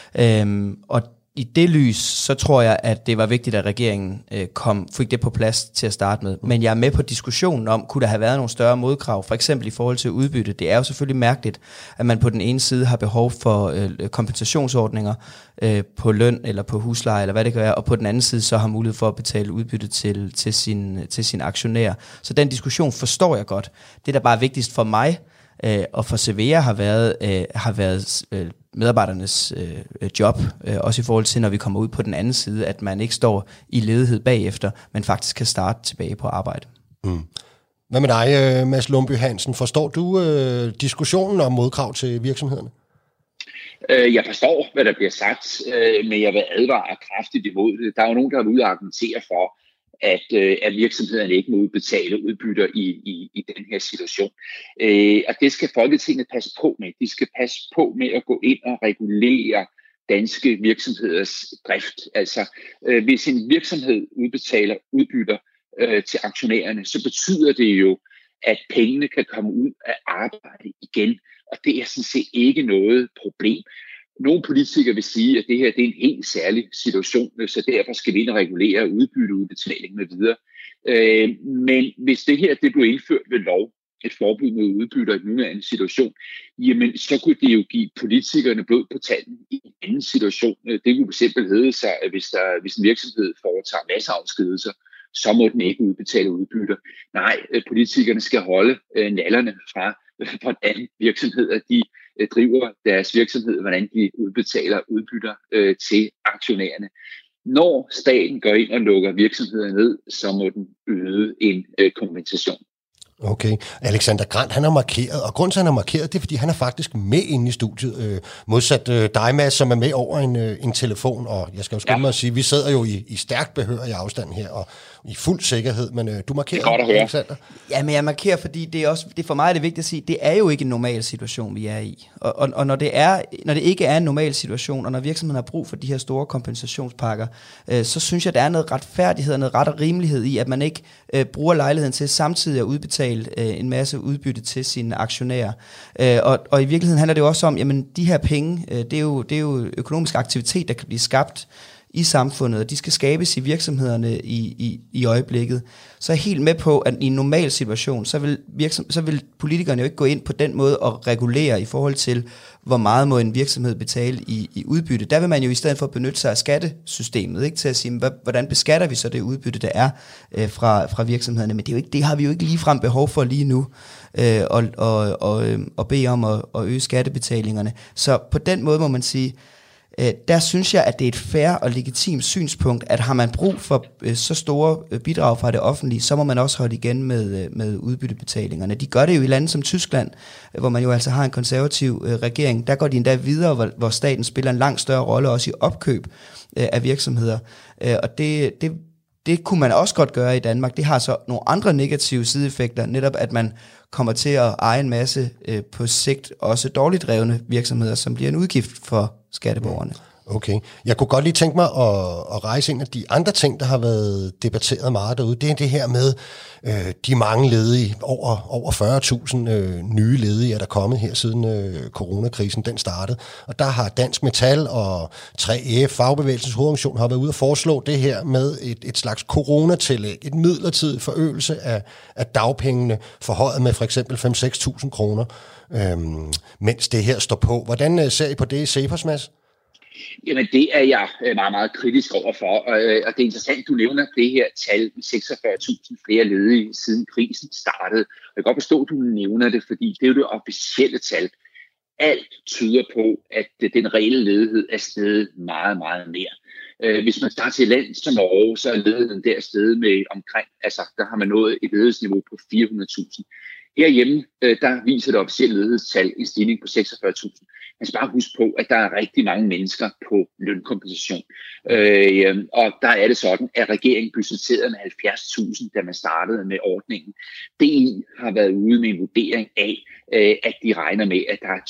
Og i det lys, så tror jeg, at det var vigtigt, at regeringen fik det på plads til at starte med. Men jeg er med på diskussionen om, kunne der have været nogle større modkrav, for eksempel i forhold til udbytte. Det er jo selvfølgelig mærkeligt, at man på den ene side har behov for kompensationsordninger på løn eller på husleje, eller hvad det kan være, og på den anden side så har mulighed for at betale udbytte til sin aktionær. Så den diskussion forstår jeg godt. Det, der bare er vigtigst for mig, og for Cevea har været medarbejdernes job, også i forhold til, når vi kommer ud på den anden side, at man ikke står i ledighed bagefter, men faktisk kan starte tilbage på arbejde. Hvad med dig, Mads Lundby Hansen? Forstår du diskussionen om modkrav til virksomhederne? Jeg forstår, hvad der bliver sagt, men jeg vil advare kraftigt imod det. Der er jo nogen, der har ude at argumentere for, at virksomhederne ikke må udbetale udbytter i den her situation. Og det skal Folketinget passe på med. De skal passe på med at gå ind og regulere danske virksomheders drift. Altså, hvis en virksomhed udbetaler udbytter til aktionærerne, så betyder det jo, at pengene kan komme ud af arbejde igen. Og det er sådan set ikke noget problem. Nogle politikere vil sige, at det her det er en helt særlig situation, så derfor skal vi ind og regulere udbytteudbetaling med videre. Men hvis det her det blev indført ved lov, et forbud mod udbytter i den nuværende situation, jamen så kunne det jo give politikerne blod på tanden i en anden situation. Det kunne fx hedde sig, at hvis en virksomhed foretager masseafskedigelser, så må den ikke udbetale udbytter. Nej, politikerne skal holde nallerne fra, hvordan virksomheder de driver deres virksomhed, hvordan de udbetaler udbytter til aktionærerne. Når staten går ind og lukker virksomheder ned, så må den yde en kompensation. Okay. Alexander Grandt, han har markeret, og grunden til, at han har markeret, det er, fordi han er faktisk med inde i studiet, modsat dig, Mads, som er med over en telefon, og jeg skal jo skynde mig at sige, vi sidder jo i stærkt behørig afstand her, og i fuld sikkerhed, men du markerer, det er godt at høre. Alexander. Ja, men jeg markerer, fordi det for mig er det vigtigt at sige, det er jo ikke en normal situation, vi er i. Og når det ikke er en normal situation, og når virksomheden har brug for de her store kompensationspakker, så synes jeg, der er noget retfærdighed og noget ret og rimelighed i, at man ikke bruger lejligheden til samtidig at udbetale en masse udbytte til sine aktionærer. Og i virkeligheden handler det jo også om, jamen de her penge, det er jo økonomisk aktivitet, der kan blive skabt i samfundet, og de skal skabes i virksomhederne i øjeblikket. Så er jeg helt med på, at i en normal situation, så vil politikerne jo ikke gå ind på den måde og regulere i forhold til, hvor meget må en virksomhed betale i udbytte. Der vil man jo i stedet for benytte sig af skattesystemet, ikke, til at sige, hvordan beskatter vi så det udbytte, der er fra virksomhederne. Men det har vi jo ikke ligefrem behov for lige nu, og bede om at øge skattebetalingerne. Så på den måde må man sige, der synes jeg, at det er et fair og legitimt synspunkt, at har man brug for så store bidrag fra det offentlige, så må man også holde igen med udbyttebetalingerne. De gør det jo i lande som Tyskland, hvor man jo altså har en konservativ regering. Der går de endda videre, hvor staten spiller en langt større rolle, også i opkøb af virksomheder. Og det Det kunne man også godt gøre i Danmark. Det har så nogle andre negative sideeffekter, netop at man kommer til at eje en masse på sigt også dårligt drevne virksomheder, som bliver en udgift for skatteborgerne. Okay. Jeg kunne godt lige tænke mig at rejse en af de andre ting, der har været debatteret meget derude. Det er det her med de mange ledige, over 40.000 nye ledige er der kommet her siden coronakrisen den startede. Og der har Dansk Metal og 3F, Fagbevægelsens Hovedorganisation, har været ude og foreslå det her med et slags coronatillæg, et midlertidigt forøgelse af dagpengene, forhøjet med for eksempel 5-6.000 kroner, mens det her står på. Hvordan ser I på det i CEPOS, Mads? Jamen, det er jeg meget, meget kritisk overfor, og det er interessant, du nævner det her tal med 46.000 flere ledige siden krisen startede. Jeg kan godt forstå, at du nævner det, fordi det er jo det officielle tal. Alt tyder på, at den reelle ledighed er steget meget, meget mere. Hvis man starter til et land som Norge, så er ledigheden der steget med omkring, altså der har man nået et ledighedsniveau på 400.000. Herhjemme, der viser det officielle ledighedstal en stigning på 46.000. Man skal bare huske på, at der er rigtig mange mennesker på lønkompensation. Og der er det sådan, at regeringen budgetterede med 70.000, da man startede med ordningen. DI har været ude med en vurdering af, at de regner med, at der er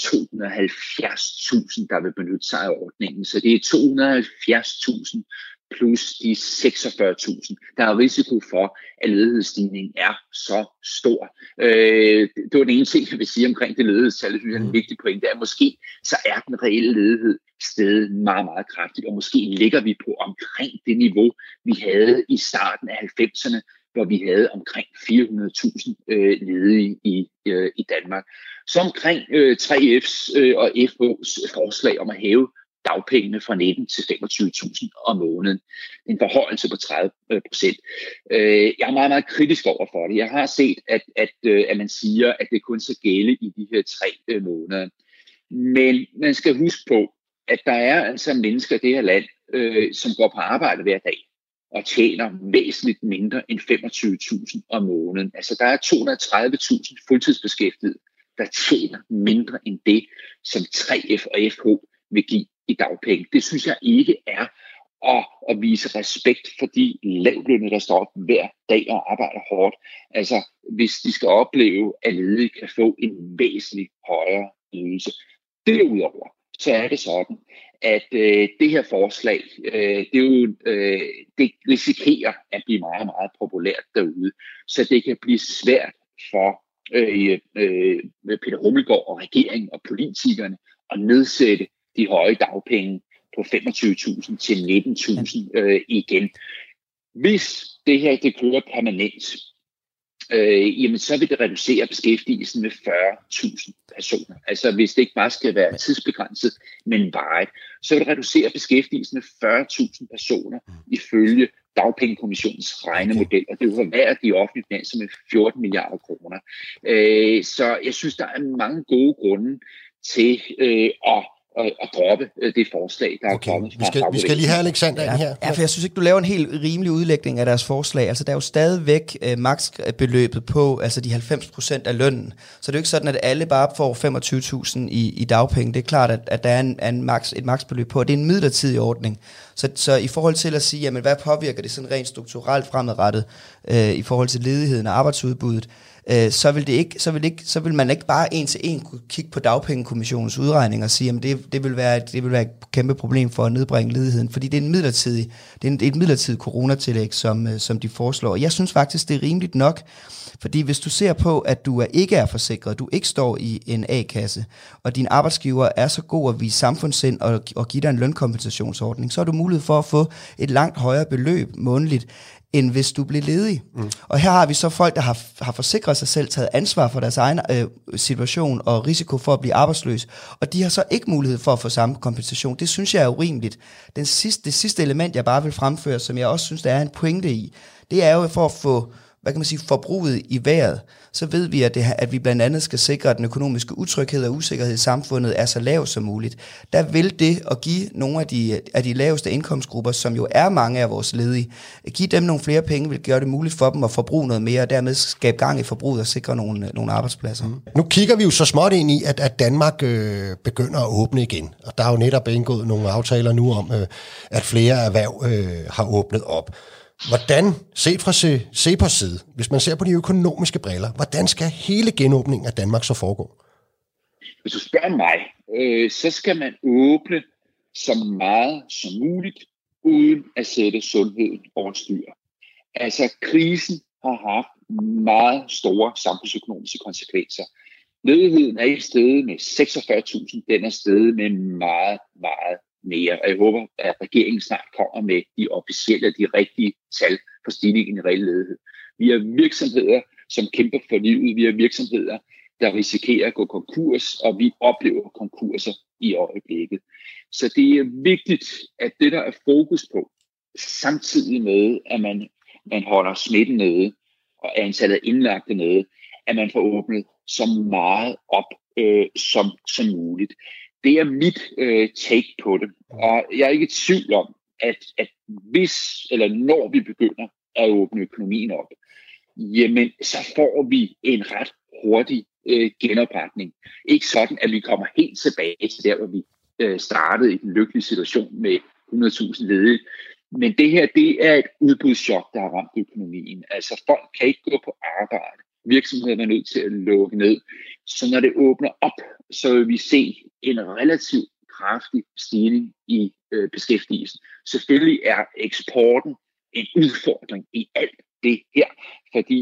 270.000, der vil benytte sig af ordningen. Så det er 270.000 plus de 46.000. Der er risiko for, at ledighedsstigningen er så stor. Det var den ene ting, jeg vil sige omkring det ledighedstal. Det synes jeg er en vigtig pointe. At måske så er den reelle ledighed steget meget, meget kraftigt, og måske ligger vi på omkring det niveau, vi havde i starten af 90'erne, hvor vi havde omkring 400.000 ledige i Danmark. Så omkring 3F's og FH's forslag om at hæve dagpengene fra 19 til 25.000 om måneden. En forhøjelse på 30%. Jeg er meget, meget kritisk over for det. Jeg har set, at man siger, at det kun skal gælde i de her 3 måneder. Men man skal huske på, at der er altså mennesker i det her land, som går på arbejde hver dag og tjener væsentligt mindre end 25.000 om måneden. Altså der er 230.000 fuldtidsbeskæftigede, der tjener mindre end det, som 3F og FH vil give i dagpenge. Det synes jeg ikke er at vise respekt for de lavtlønnede, der står op hver dag og arbejder hårdt. Altså, hvis de skal opleve, at ledige kan få en væsentlig højere ydelse. Derudover, så er det sådan, at det her forslag, det risikerer at blive meget, meget populært derude. Så det kan blive svært for Peter Hummelgaard og regeringen og politikerne at nedsætte de høje dagpenge på 25.000 til 19.000 igen. Hvis det her det kører permanent, jamen så vil det reducere beskæftigelsen med 40.000 personer. Altså hvis det ikke bare skal være tidsbegrænset, men varigt, så vil det reducere beskæftigelsen med 40.000 personer ifølge Dagpengekommissionens regnemodel, og det vil forværre de offentlige finanser med 14 milliarder kroner. Så jeg synes, der er mange gode grunde til at droppe det forslag, der er kommet fra. Vi skal lige have Alexander ind her. Ja, for jeg synes ikke, du laver en helt rimelig udlægning af deres forslag. Altså, der er jo stadigvæk maksbeløbet på, altså de 90% af lønnen. Så det er jo ikke sådan, at alle bare får 25.000 i dagpenge. Det er klart, at der er et maksbeløb på, og det er en midlertidig ordning. Så i forhold til at sige, jamen, hvad påvirker det sådan rent strukturelt fremadrettet i forhold til ledigheden og arbejdsudbuddet, så vil man ikke bare en til en kunne kigge på Dagpengekommissionens udregning og sige, at det vil være et kæmpe problem for at nedbringe ledigheden, fordi det er et midlertidigt coronatillæg, som de foreslår. Jeg synes faktisk, det er rimeligt nok, fordi hvis du ser på, at du ikke er forsikret, du ikke står i en A-kasse, og din arbejdsgiver er så god at vise samfundssind og give dig en lønkompensationsordning, så har du mulighed for at få et langt højere beløb månedligt, end hvis du bliver ledig. Og her har vi så folk, der har forsikret sig selv, taget ansvar for deres egen situation og risiko for at blive arbejdsløs, og de har så ikke mulighed for at få samme kompensation. Det synes jeg er urimeligt. Det sidste element, jeg bare vil fremføre, som jeg også synes, der er en pointe i, det er jo for at få, forbruget i vejret. Så ved vi, at vi blandt andet skal sikre, at den økonomiske utryghed og usikkerhed i samfundet er så lav som muligt. Der vil det at give nogle af de laveste indkomstgrupper, som jo er mange af vores ledige, give dem nogle flere penge, vil gøre det muligt for dem at forbruge noget mere, og dermed skabe gang i forbruget og sikre nogle arbejdspladser. Nu kigger vi jo så småt ind i, at Danmark begynder at åbne igen. Og der er jo netop indgået nogle aftaler nu om, at flere erhverv har åbnet op. Hvordan, set fra CEPOS side, hvis man ser på de økonomiske briller, hvordan skal hele genåbningen af Danmark så foregå? Hvis du spørger mig, så skal man åbne så meget som muligt, uden at sætte sundheden over styr. Altså, krisen har haft meget store samfundsøkonomiske konsekvenser. Ledigheden er ikke steget med 46.000, den er steget med meget, meget mere. Og jeg håber, at regeringen snart kommer med de officielle, de rigtige tal for stigningen i reel ledighed. Vi har virksomheder, som kæmper for livet. Vi har virksomheder, der risikerer at gå konkurs, og vi oplever konkurser i øjeblikket. Så det er vigtigt, at det, der er fokus på, samtidig med, at man holder smitten nede, og antallet af indlagte nede, at man får åbnet så meget op som muligt. Det er mit take på det. Og jeg er ikke i tvivl om, at hvis eller når vi begynder at åbne økonomien op, jamen så får vi en ret hurtig genopretning. Ikke sådan, at vi kommer helt tilbage til der, hvor vi startede i den lykkelige situation med 100.000 ledige. Men det her, det er et udbudschok, der har ramt økonomien. Altså folk kan ikke gå på arbejde. Virksomhederne er nødt til at lukke ned. Så når det åbner op, så vil vi se en relativt kraftig stigning i beskæftigelsen. Selvfølgelig er eksporten en udfordring i alt det her, fordi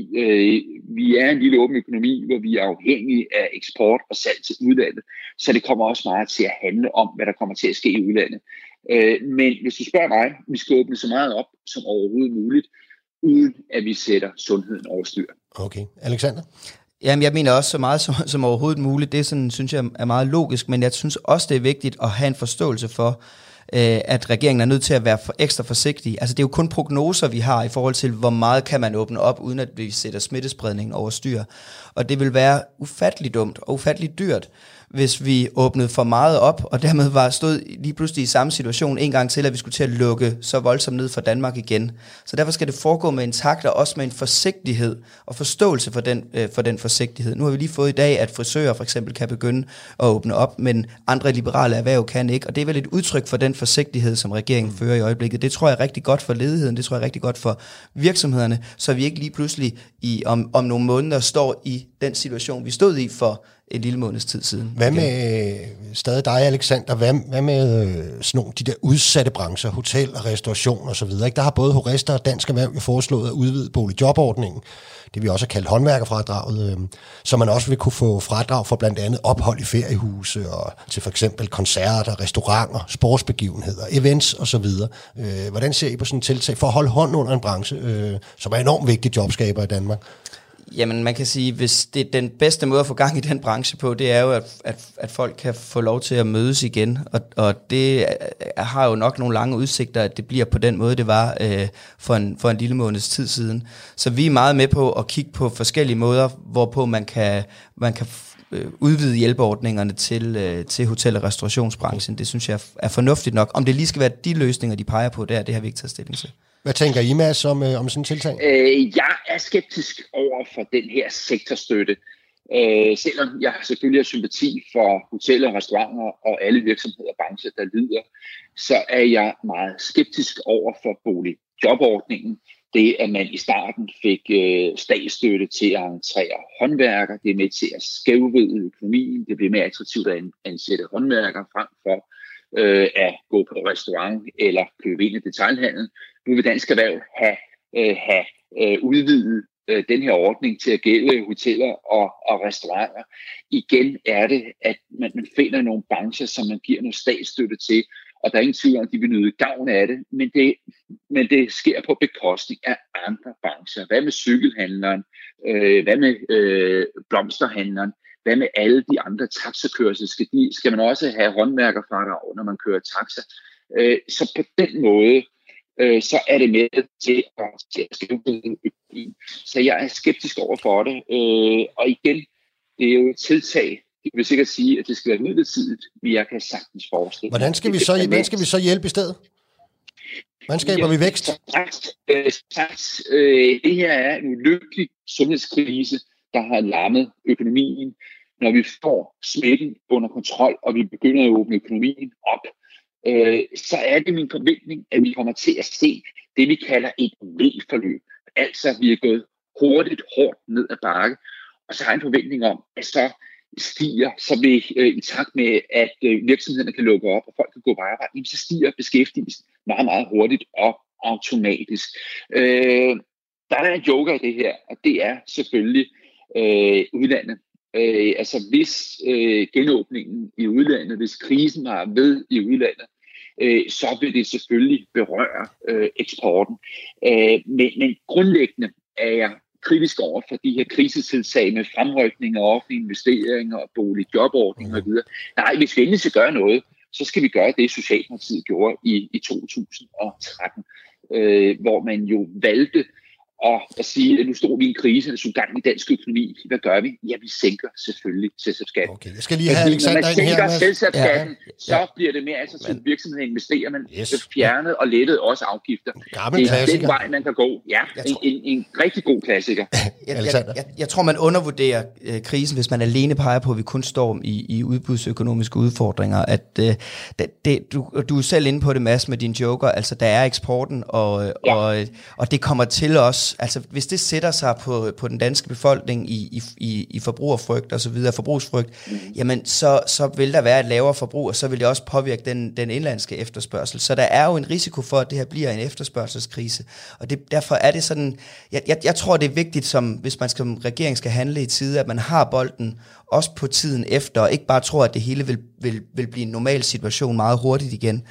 vi er en lille åben økonomi, hvor vi er afhængige af eksport og salg til udlandet. Så det kommer også meget til at handle om, hvad der kommer til at ske i udlandet. Men hvis du spørger mig, vi skal åbne så meget op som overhovedet muligt, uden at vi sætter sundheden over styr. Okay. Alexander? Jamen, jeg mener også så meget som overhovedet muligt. Det sådan, synes jeg er meget logisk, men jeg synes også, det er vigtigt at have en forståelse for, at regeringen er nødt til at være ekstra forsigtig. Altså, det er jo kun prognoser, vi har i forhold til, hvor meget kan man åbne op, uden at vi sætter smittespredningen over styr. Og det vil være ufattelig dumt og ufattelig dyrt, hvis vi åbnede for meget op, og dermed stod lige pludselig i samme situation en gang til, at vi skulle til at lukke så voldsomt ned for Danmark igen. Så derfor skal det foregå med en takt, og også med en forsigtighed og forståelse for den forsigtighed. Nu har vi lige fået i dag, at frisører for eksempel kan begynde at åbne op, men andre liberale erhverv kan ikke, og det er vel et udtryk for den forsigtighed, som regeringen fører i øjeblikket. Det tror jeg er rigtig godt for ledigheden, det tror jeg er rigtig godt for virksomhederne, så vi ikke lige pludselig om nogle måneder står i den situation, vi stod i for en lille måneds tid siden. Hvad med stadig dig, Alexander? Hvad med sådan nogle de der udsatte brancher, hotel og restauration og så videre? Ikke? Der har både Horesta og Dansk Erhverv jo foreslået at udvide boligjobordningen, det vi også har kaldt håndværkerfradraget, så man også vil kunne få fradrag for blandt andet ophold i feriehuse og til for eksempel koncerter, restauranter, sportsbegivenheder, events og så videre. Hvordan ser I på sådan en tiltag for at holde hånden under en branche, som er enormt vigtig jobskaber i Danmark? Jamen, man kan sige, hvis det er den bedste måde at få gang i den branche på, det er jo, at folk kan få lov til at mødes igen, og det har jo nok nogle lange udsigter, at det bliver på den måde, det var for en lille måneds tid siden. Så vi er meget med på at kigge på forskellige måder, hvorpå man kan udvide hjælpeordningerne til hotel- og restaurationsbranchen. Det synes jeg er fornuftigt nok. Om det lige skal være de løsninger, de peger på, det har vi ikke taget stilling til. Hvad tænker I, Mads, om sådan en tiltag? Jeg er skeptisk over for den her sektorstøtte. Selvom jeg selvfølgelig har sympati for hoteller, restauranter og alle virksomheder og brancher, der lider, så er jeg meget skeptisk over for boligjobordningen. Det, at man i starten fik statsstøtte til at entrere håndværkere, det er med til at skævvride økonomien. Det bliver mere attraktivt at ansætte håndværkere frem for at gå på restaurant eller købe ind i detailhandlen. Nu vil Dansk Erhverv have udvidet den her ordning til at gælde hoteller og restauranter. Igen er det, at man finder nogle brancher, som man giver noget statsstøtte til, og der er ingen tvivl om, at de vil nyde gavn af det, men det sker på bekostning af andre brancher. Hvad med cykelhandleren? Hvad med blomsterhandleren? Hvad med alle de andre taxakørsel? Skal man også have håndværkerfradrag, når man kører taxa? Så på den måde, så er det med til at skævvride økonomien. Så jeg er skeptisk over for det. Og igen, det er jo et tiltag. Jeg vil sikkert sige, at det skal være midlertidigt, men jeg kan sagtens forestille. Hvordan skal vi så hjælpe i stedet? Hvordan skaber vi vækst? Det her er en ulykkelig sundhedskrise, der har lammet økonomien. Når vi får smitten under kontrol, og vi begynder at åbne økonomien op, så er det min forventning, at vi kommer til at se det, vi kalder et V-forløb. Altså, vi er gået hurtigt, hårdt ned ad bakke, og så har jeg en forventning om, at så stiger, så vil i takt med, at virksomhederne kan lukke op, og folk kan gå på arbejde, så stiger beskæftigelsen meget, meget hurtigt og automatisk. Der er en joker i det her, og det er selvfølgelig udlandet. Altså hvis genåbningen i udlandet, hvis krisen var ved i udlandet, så vil det selvfølgelig berøre eksporten. Men grundlæggende er jeg kritisk over for de her krisetiltag med fremrykning af offentlige investeringer og boligjobordninger og videre. Nej, hvis vi endelig skal gøre noget, så skal vi gøre det, Socialdemokratiet gjorde i 2013, hvor man jo valgte at sige, at nu står vi i en krise, og så gang i dansk økonomi. Hvad gør vi? Ja, vi sænker selvfølgelig selskabsskatten. Okay, jeg skal lige have Alexander ind her. Når man sænker selskabsskatten, så bliver det mere attraktivt virksomheden investerer, man fjernet og lettet også afgifter. Det er den vej, man kan gå. Ja, en rigtig god klassiker. Jeg tror, man undervurderer krisen, hvis man alene peger på, at vi kun står i udbudsøkonomiske udfordringer. At du er selv inde på det, Mads, med din joker. Altså, der er eksporten, og det kommer til os. Altså, hvis det sætter sig på den danske befolkning i forbrugerfrygt og så videre, forbrugsfrygt, jamen så vil der være et lavere forbrug, og så vil det også påvirke den indlandske efterspørgsel. Så der er jo en risiko for, at det her bliver en efterspørgselskrise. Og derfor er det sådan, jeg tror, det er vigtigt, hvis man som regering skal handle i tide, at man har bolden også på tiden efter, og ikke bare tror, at det hele vil blive en normal situation meget hurtigt igen.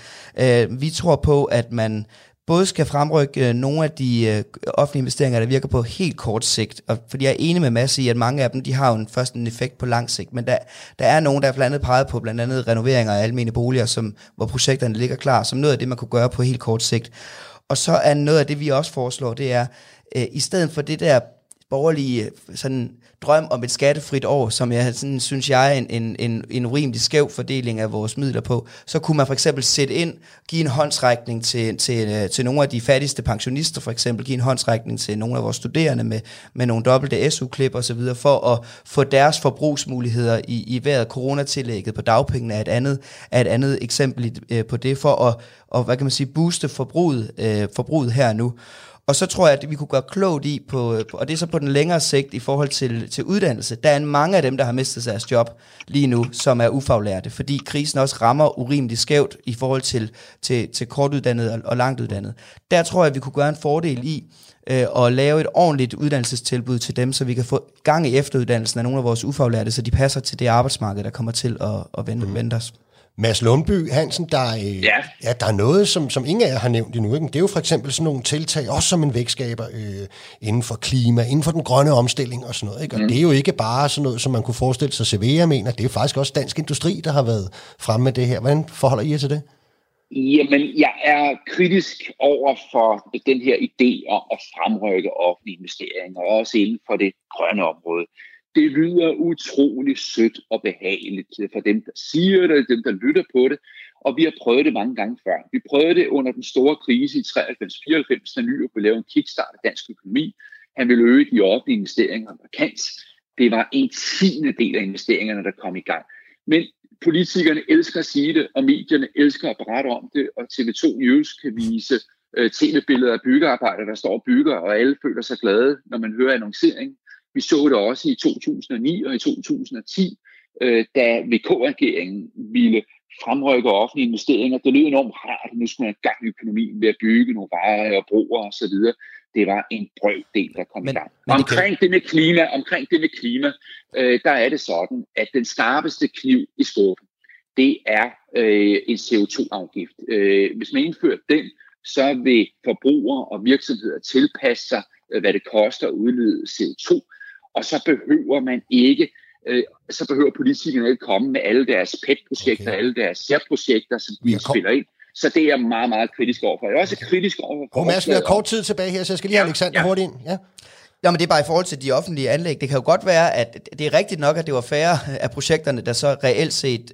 Vi tror på, at man både skal fremrykke nogle af de offentlige investeringer, der virker på helt kort sigt, og fordi jeg er enig med Mads i, at mange af dem, de har jo først en effekt på lang sigt, men der er nogen, der er blandt andet peget på, blandt andet renoveringer af almene boliger, hvor projekterne ligger klar, som noget af det, man kunne gøre på helt kort sigt. Og så er noget af det, vi også foreslår, det er, i stedet for det der borgerlige sådan drøm om et skattefrit år, som jeg sådan, synes jeg er en urimelig skæv fordeling af vores midler på, så kunne man for eksempel sætte ind, give en håndsrækning til nogle af de fattigste pensionister, for eksempel give en håndsrækning til nogle af vores studerende med nogle dobbelte SU-klip og så videre, for at få deres forbrugsmuligheder i vejret. Coronatillægget på dagpengene er et andet eksempel på det, for at hvad kan man sige, booste forbruget her nu. Og så tror jeg, at vi kunne gøre klogt i, og det er så på den længere sigt i forhold til uddannelse. Der er mange af dem, der har mistet deres job lige nu, som er ufaglærte, fordi krisen også rammer urimeligt skævt i forhold til kortuddannede og langtuddannede. Der tror jeg, at vi kunne gøre en fordel i at lave et ordentligt uddannelsestilbud til dem, så vi kan få gang i efteruddannelsen af nogle af vores ufaglærte, så de passer til det arbejdsmarked, der kommer til at vente os. Mads Lundby Hansen, der er noget, som ingen af jer har nævnt endnu. Ikke? Det er jo for eksempel sådan nogle tiltag, også som en vækstskaber inden for klima, inden for den grønne omstilling og sådan noget. Ikke? Og det er jo ikke bare sådan noget, som man kunne forestille sig, Cevea mener. Det er jo faktisk også Dansk Industri, der har været fremme med det her. Hvordan forholder I jer til det? Jamen, jeg er kritisk over for den her idé om at fremrykke offentlige investeringer, også inden for det grønne område. Det lyder utrolig sødt og behageligt for dem, der siger det, dem, der lytter på det, og vi har prøvet det mange gange før. Vi prøvede det under den store krise i 93-94, da Nyrup ville lave en kickstart af dansk økonomi. Han ville øge de offentlige investeringer markant. Det var 1/10 af investeringerne, der kom i gang. Men politikerne elsker at sige det, og medierne elsker at berette om det, og TV2 News kan vise tv-billeder af byggearbejdere, der står og bygger, og alle føler sig glade, når man hører annonceringen. Vi så det også i 2009 og i 2010, da VK-regeringen ville fremrykke offentlige investeringer. Det lød enormt rart, nu skulle man have gang i økonomien ved at bygge nogle veje og broer og så videre. Det var en brøkdel, der kom i gang. Omkring det med klima, der er det sådan, at den skarpeste kniv i skuffen, det er en CO2-afgift. Hvis man indfører den, så vil forbrugere og virksomheder tilpasse sig, hvad det koster at udlede CO2, og så behøver politikerne ikke komme med alle deres PET-projekter, alle deres særprojekter, som de spiller ind. Så det er jeg meget, meget kritisk overfor. Jeg er også kritisk overfor. Mads, vi har kort tid tilbage her, så jeg skal lige have Alexander hurtigt ind. Ja. Ja, men det er bare i forhold til de offentlige anlæg. Det kan jo godt være, at det er rigtigt nok, at det var færre af projekterne, der så reelt set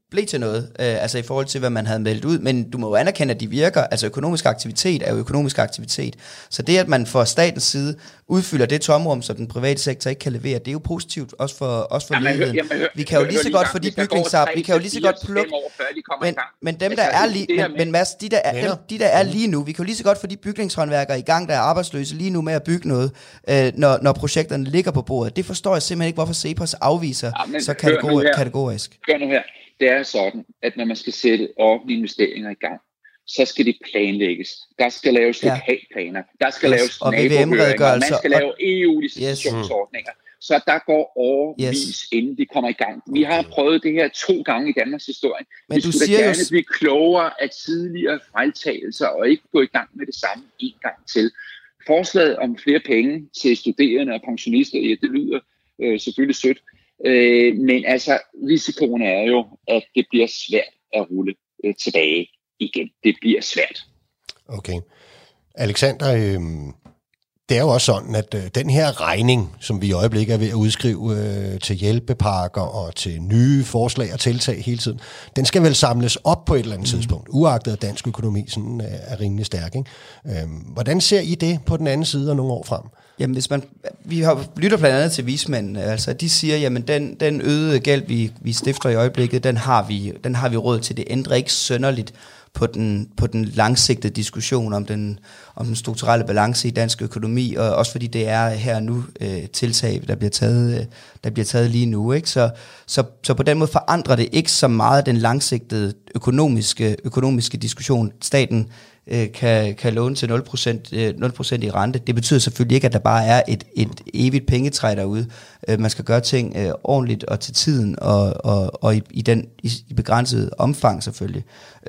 blev til noget, altså i forhold til, hvad man havde meldt ud, men du må jo anerkende, at de virker. Altså økonomisk aktivitet er jo økonomisk aktivitet. Så det, at man fra statens side udfylder det tomrum, som den private sektor ikke kan levere, det er jo positivt, også for ledigheden. Vi kan jo lige så godt for de bygningsarbejder, vi kan jo lige så godt plukke, men dem, der er lige, men Mads, de der er lige nu, vi kan jo lige så godt for de bygningshåndværkere i gang, der er arbejdsløse lige nu med at bygge noget, når projekterne ligger på bordet. Det forstår jeg simpelthen ikke, hvorfor CEPOS afviser så kategorisk. Hør nu her. Det er sådan, at når man skal sætte offentlige investeringer i gang, så skal det planlægges. Der skal laves lokalplaner. Der skal laves nabohøringer. Man skal lave EU-licitationsordninger. Så der går overvis, inden de kommer i gang. Vi har prøvet det her 2 gange i Danmarks historie. Vi skulle da gerne blive klogere af tidligere fejltagelser og ikke gå i gang med det samme en gang til. Forslaget om flere penge til studerende og pensionister, det lyder selvfølgelig sødt. Men altså, risikoen er jo, at det bliver svært at rulle tilbage igen. Det bliver svært. Okay. Alexander, det er jo også sådan, at den her regning, som vi i øjeblikket er ved at udskrive til hjælpepakker og til nye forslag og tiltag hele tiden, den skal vel samles op på et eller andet tidspunkt, uagtet at dansk økonomi sådan er rimelig stærk. Ikke? Hvordan ser I det på den anden side og nogle år frem? Jamen, vi lytter blandt andet til vismændene, altså de siger, jamen den øgede gæld, vi stifter i øjeblikket, den har vi råd til. Det ændrer ikke synderligt på den langsigtede diskussion om den strukturelle balance i dansk økonomi, og også fordi det er her nu tiltag, der bliver taget lige nu, ikke? Så på den måde forandrer det ikke så meget den langsigtede økonomiske diskussion. Staten kan låne til 0% i rente. Det betyder selvfølgelig ikke, at der bare er et evigt pengetræ derude. Man skal gøre ting ordentligt og til tiden, og i begrænset omfang selvfølgelig.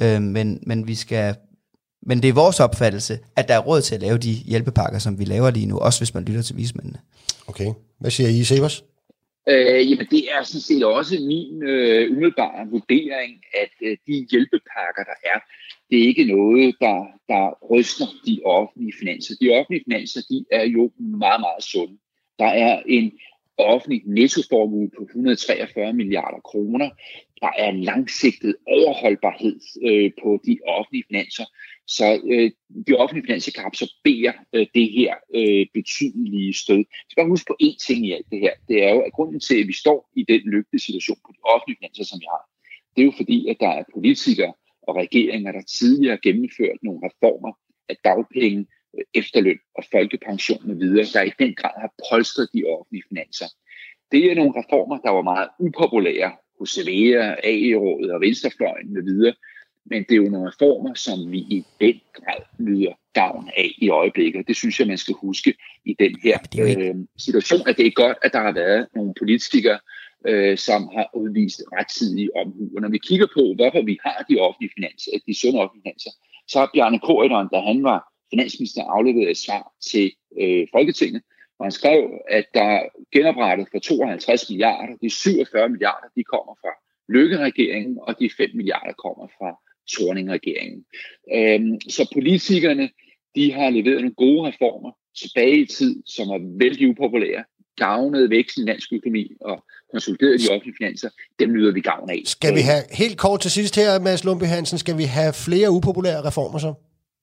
Men det er vores opfattelse, at der er råd til at lave de hjælpepakker, som vi laver lige nu, også hvis man lytter til vismændene. Okay. Hvad siger I, CEPOS? Jamen det er sådan set også min umiddelbare vurdering, at de hjælpepakker, der er, det er ikke noget, der ryster de offentlige finanser. De offentlige finanser, de er jo meget, meget sunde. Der er en offentlig nettoformue på 143 milliarder kroner. Der er en langsigtet overholdbarhed på de offentlige finanser. Så de offentlige finanser kan absorbere det her betydelige stød. Jeg skal bare huske på én ting i alt det her. Det er jo, at grunden til, at vi står i den lykkelige situation på de offentlige finanser, som vi har, det er jo fordi, at der er politikere og regeringer, der tidligere har gennemført nogle reformer af dagpenge, efterløn og folkepension med videre, der i den grad har polstret de offentlige finanser. Det er nogle reformer, der var meget upopulære hos CVEA, AE-rådet og Venstrefløjen med videre, men det er jo nogle reformer, som vi i den grad nyder gavn af i øjeblikket. Det synes jeg, man skal huske i den her situation, at det er godt, at der har været nogle politikere, som har udvist rettidig omhu. Og når vi kigger på, hvorfor vi har de offentlige finanser, de sunde offentlige finanser, så har Bjarne Corydon, da han var finansminister, afleveret et svar til Folketinget, og han skrev, at der genoprettet for 52 milliarder, de 47 milliarder, de kommer fra Løkke-regeringen, og de 5 milliarder kommer fra Thorning-regeringen. Så politikerne, de har leveret nogle gode reformer tilbage i tid, som er vældig upopulære, gavnede væksten i dansk økonomi og konsolideret de offentlige finanser. Dem nyder vi gavn af. Skal vi have, helt kort til sidst her, Mads Lundby Hansen, skal vi have flere upopulære reformer så?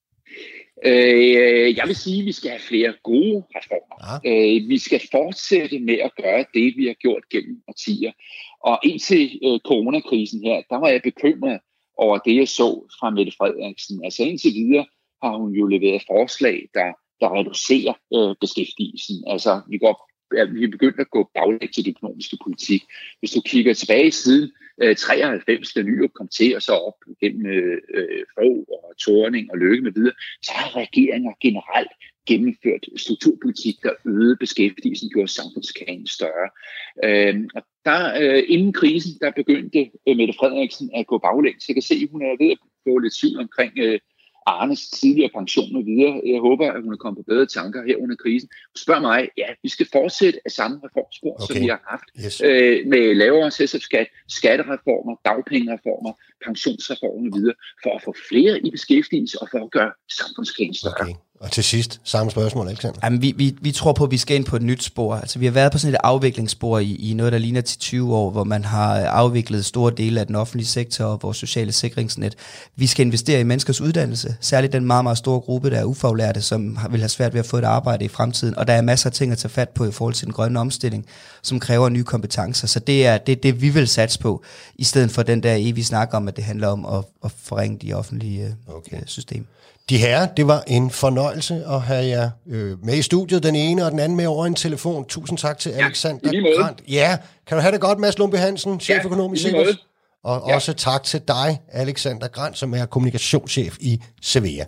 Jeg vil sige, at vi skal have flere gode reformer. Vi skal fortsætte med at gøre det, vi har gjort gennem årtier. Og indtil coronakrisen her, der var jeg bekymret over det, jeg så fra Mette Frederiksen. Altså indtil videre har hun jo leveret forslag, der reducerer beskæftigelsen. Altså vi er begyndt at gå baglæns til den økonomiske politik. Hvis du kigger tilbage siden 93, da Nyrup kom til, og så op gennem Fogh og Thorning og Løkke med videre, så har regeringer generelt gennemført strukturpolitik, der øgede beskæftigelsen, gjorde samfundskagen større. Og inden krisen, der begyndte Mette Frederiksen at gå baglæns. Jeg kan se, at hun er ved at få lidt tvivl omkring Arnes tidligere pension og videre. Jeg håber, at hun er kommet på bedre tanker her under krisen. Spørg mig, ja, vi skal fortsætte af samme reformspor, som vi har haft. Med lavere selskabsskat, skattereformer, dagpengereformer, pensionsreformer videre, for at få flere i beskæftigelse og for at gøre samfundskagen større. Okay. Og til sidst, samme spørgsmål, Alexander. Jamen, vi tror på, at vi skal ind på et nyt spor. Altså, vi har været på sådan et afviklingsspor i noget, der ligner til 20 år, hvor man har afviklet store dele af den offentlige sektor og vores sociale sikringsnet. Vi skal investere i menneskers uddannelse, særligt den meget, meget store gruppe, der er ufaglærte, som vil have svært ved at få et arbejde i fremtiden. Og der er masser af ting at tage fat på i forhold til den grønne omstilling, som kræver nye kompetencer. Så det er det, vi vil satse på, i stedet for den der evige snak om, at det handler om at forringe de offentlige system. De herrer, det var en fornøjelse at have jer med i studiet, den ene og den anden med over en telefon. Tusind tak til Alexander Grandt. Ja, kan du have det godt, Mads Lundby Hansen, cheføkonom i Sikkers? Og også tak til dig, Alexander Grandt, som er kommunikationschef i Cevea.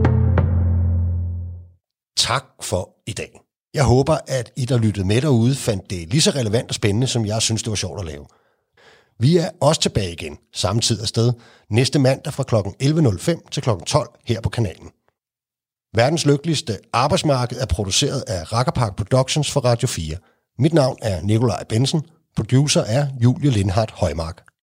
Tak for i dag. Jeg håber, at I, der lyttede med derude, fandt det lige så relevant og spændende, som jeg synes, det var sjovt at lave. Vi er også tilbage igen, samme tid og sted, næste mandag fra kl. 11.05 til kl. 12 her på kanalen. Verdens lykkeligste arbejdsmarked er produceret af Rakkerpark Productions for Radio 4. Mit navn er Nikolaj Bensen, producer er Julie Lindhardt Højmark.